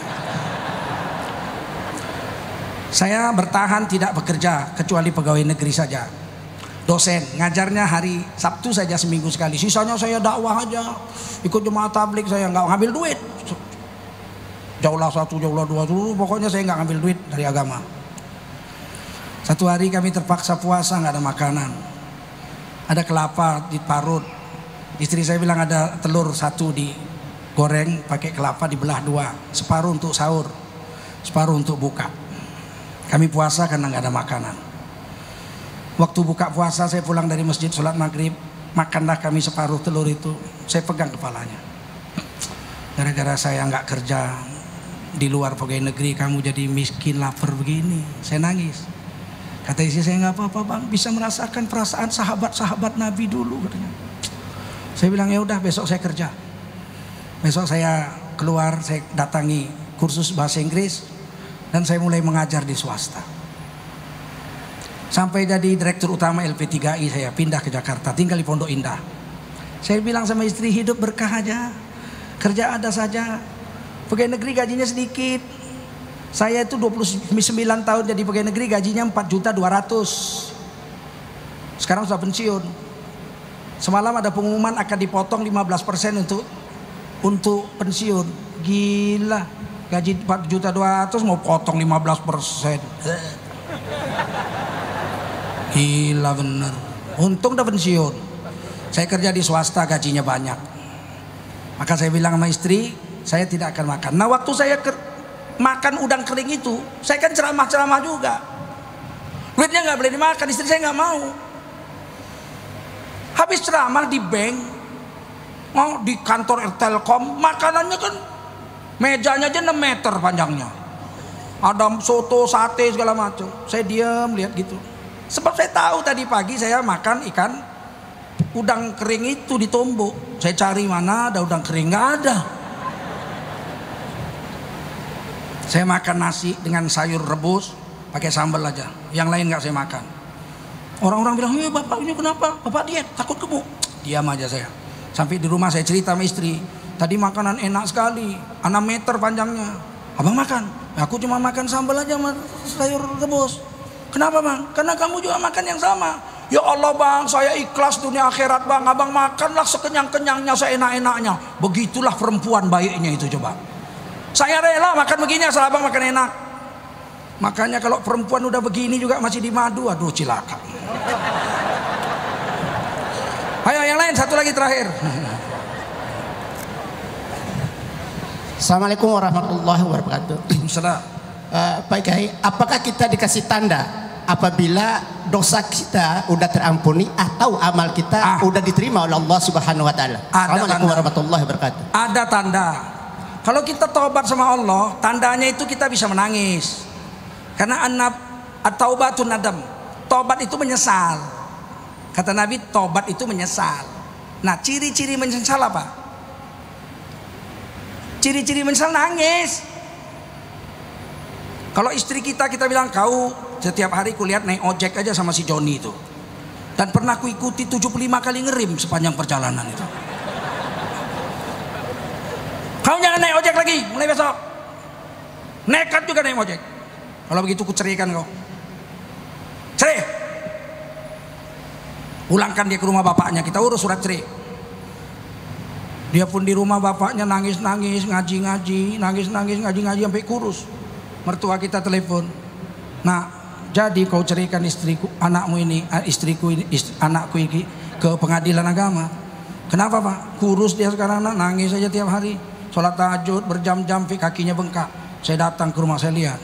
Saya bertahan tidak bekerja kecuali pegawai negeri saja. Dosen, ngajarnya hari Sabtu saja seminggu sekali. Sisanya saya dakwah aja, ikut jemaah tablik, saya nggak ngambil duit. Jauhlah satu, jauhlah dua, dulu pokoknya saya nggak ngambil duit dari agama. Satu hari kami terpaksa puasa, nggak ada makanan. Ada kelapa diparut. Istri saya bilang ada telur satu digoreng pakai kelapa dibelah dua, separuh untuk sahur, separuh untuk buka. Kami puasa karena nggak ada makanan. Waktu buka puasa saya pulang dari masjid sholat maghrib, makanlah kami separuh telur itu. Saya pegang kepalanya. Gara-gara saya nggak kerja di luar pegawai negeri, kamu jadi miskin lapar begini. Saya nangis. Kata istri saya, nggak apa-apa bang, bisa merasakan perasaan sahabat-sahabat Nabi dulu katanya. Saya bilang ya udah besok saya kerja. Besok saya keluar, saya datangi kursus bahasa Inggris. Dan saya mulai mengajar di swasta. Sampai jadi direktur utama L P tiga I, saya pindah ke Jakarta, tinggal di Pondok Indah. Saya bilang sama istri, hidup berkah aja, kerja ada saja. Pegawai negeri gajinya sedikit. Saya itu dua puluh sembilan tahun jadi pegawai negeri, gajinya empat juta dua ratus. Sekarang sudah pensiun. Semalam ada pengumuman akan dipotong lima belas persen untuk untuk pensiun. Gila. Gaji empat juta dua ratus mau potong lima belas persen. Gila bener. Untung udah pensiun. Saya kerja di swasta gajinya banyak. Maka saya bilang sama istri, saya tidak akan makan. Nah waktu saya makan udang kering itu, saya kan ceramah-ceramah juga. Duitnya nggak boleh dimakan, istri saya nggak mau. Habis ceramah di bank, oh, di kantor Telkom, makanannya kan mejanya aja enam meter panjangnya. Ada soto, sate segala macam. Saya diam lihat gitu. Sebab saya tahu tadi pagi saya makan ikan udang kering itu ditumbuk. Saya cari mana ada udang kering, nggak ada. Saya makan nasi dengan sayur rebus pakai sambal aja. Yang lain nggak saya makan. Orang-orang bilang, "Eh, bapak ini kenapa? Bapak diet, takut gemuk." Diam aja saya. Sampai di rumah saya cerita sama istri, "Tadi makanan enak sekali, enam meter panjangnya. Abang makan?" "Aku cuma makan sambal aja sama sayur rebus." "Kenapa bang?" "Karena kamu juga makan yang sama." "Ya Allah bang, saya ikhlas dunia akhirat bang. Abang makanlah sekenyang-kenyangnya, seenak-enaknya." Begitulah perempuan baiknya itu coba. Saya rela makan begini asal abang makan enak. Makanya kalau perempuan udah begini juga masih dimadu, aduh cilaka. Ayo yang lain, satu lagi terakhir. Assalamualaikum warahmatullahi wabarakatuh. Salam. Uh, Pak Kiai, apakah kita dikasih tanda apabila dosa kita udah terampuni atau amal kita ah. udah diterima oleh Allah Subhanahu wa taala? Assalamualaikum tanda. warahmatullahi wabarakatuh. Ada tanda. Kalau kita taubat sama Allah, tandanya itu kita bisa menangis. Karena annab at-taubatun nadam. Taubat itu menyesal. Kata Nabi, taubat itu menyesal. Nah, ciri-ciri menyesal apa? Ciri-ciri menyesal nangis. Kalau istri kita, kita bilang, "Kau setiap hari kulihat naik ojek aja sama si Joni itu. Dan pernah kuikuti tujuh puluh lima kali ngerim sepanjang perjalanan itu. Kau jangan naik ojek lagi mulai besok." Nekat juga naik ojek. Kalau begitu kuceraikan kau. Cerai. Pulangkan dia ke rumah bapaknya, kita urus surat cerai. Dia pun di rumah bapaknya nangis-nangis, ngaji-ngaji, nangis-nangis, ngaji-ngaji sampai kurus. Mertua kita telepon, "Nah, jadi kau ceraikan istriku, anakmu ini, istriku ini, istri, anakku ini ke pengadilan agama." "Kenapa pak?" "Kurus dia sekarang, nak, nangis saja tiap hari. Sholat tahajud berjam-jam, kakinya bengkak. Saya datang ke rumah, saya lihat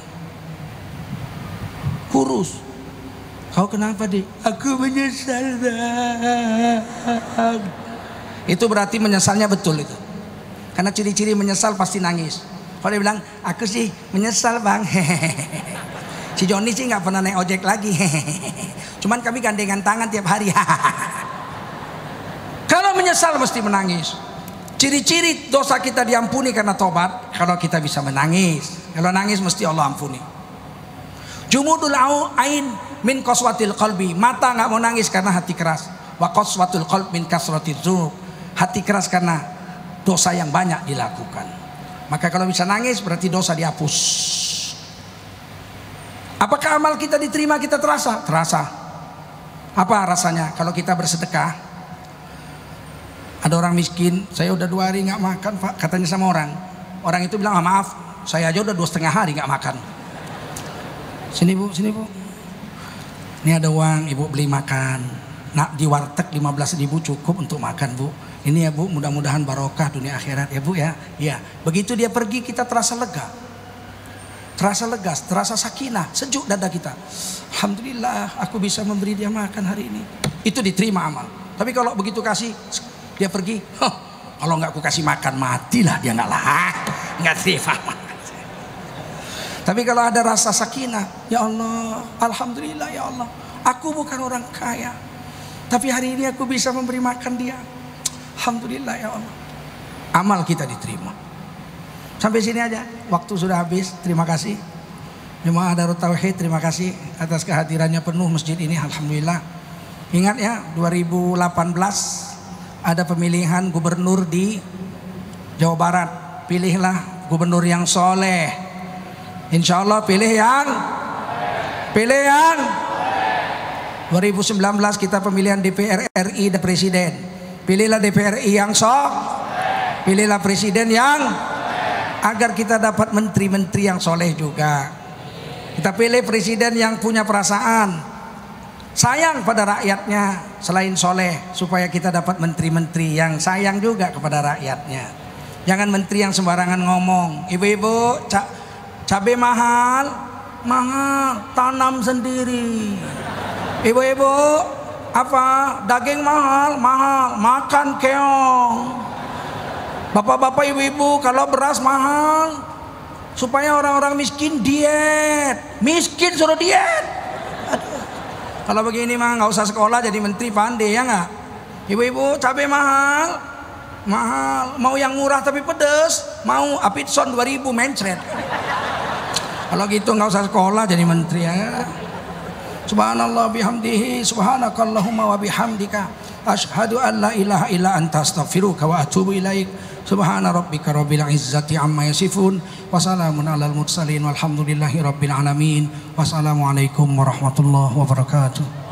kurus." "Kau kenapa Dik?" "Aku menyesal bang." Itu berarti menyesalnya betul itu. Karena ciri-ciri menyesal pasti nangis. Kalau dia bilang, "Aku sih menyesal bang." Si Joni sih nggak pernah naik ojek lagi. Cuman kami gandengan tangan tiap hari. Kalau menyesal mesti menangis. Ciri-ciri dosa kita diampuni karena tobat, kalau kita bisa menangis. Kalau nangis mesti Allah ampuni. Jumudul ain min qaswatil qalbi, mata nggak mau nangis karena hati keras. Wa qaswatul qalb min kasratil dzunub, hati keras karena dosa yang banyak dilakukan. Maka kalau bisa nangis berarti dosa dihapus. Apakah amal kita diterima, kita terasa? Terasa. Apa rasanya kalau kita bersedekah? Ada orang miskin, saya udah dua hari nggak makan Pak, katanya sama orang. Orang itu bilang, ah, maaf, saya aja udah dua setengah hari nggak makan. Sini bu, sini bu. Ini ada uang, ibu beli makan. Nak di warteg lima belas ribu cukup untuk makan bu. Ini ya bu, mudah-mudahan barokah dunia akhirat ya bu ya. Ya, begitu dia pergi kita terasa lega. Terasa lega, terasa sakinah, sejuk dada kita. Alhamdulillah, aku bisa memberi dia makan hari ini. Itu diterima amal. Tapi kalau begitu kasih, dia pergi, huh, kalau nggak aku kasih makan matilah dia, nggak lah, nggak terima. Tapi kalau ada rasa sakinah, ya Allah, alhamdulillah ya Allah, aku bukan orang kaya, tapi hari ini aku bisa memberi makan dia, alhamdulillah ya Allah. Amal kita diterima. Sampai sini aja, waktu sudah habis. Terima kasih Jemaah Darut Tauhid, terima kasih atas kehadirannya penuh masjid ini, alhamdulillah. Ingat ya, dua ribu delapan belas ada pemilihan gubernur di Jawa Barat. Pilihlah gubernur yang soleh. Insya Allah pilih yang pilih yang dua ribu sembilan belas kita pemilihan D P R R I dan presiden. Pilihlah D P R R I yang sok. Pilihlah presiden yang, agar kita dapat menteri-menteri yang soleh juga. Kita pilih presiden yang punya perasaan, sayang pada rakyatnya selain soleh, supaya kita dapat menteri-menteri yang sayang juga kepada rakyatnya. Jangan menteri yang sembarangan ngomong. Ibu-ibu, ca cabai mahal, mahal, tanam sendiri. Ibu-ibu, apa? Daging mahal, mahal, makan keong. Bapak-bapak, ibu-ibu, kalau beras mahal, supaya orang-orang miskin diet. Miskin suruh diet. Aduh. Kalau begini mah nggak usah sekolah jadi menteri, pandai ya nggak? Ibu-ibu, cabai mahal, mahal. Mau yang murah tapi pedes, mau Apitson dua ribu mencret. Kalau gitu nggak usah sekolah jadi menteri ya. Subhanallah bihamdihi, subhanakallahumma wa bihamdika, asyhadu an la ilaha illa anta, astaghfiruka wa atubu ilaik. Subhana rabbika rabbil izzati amma yasifun, wa salamun alal mursalin, walhamdulillahi rabbil alamin. Wassalamualaikum warahmatullahi wabarakatuh.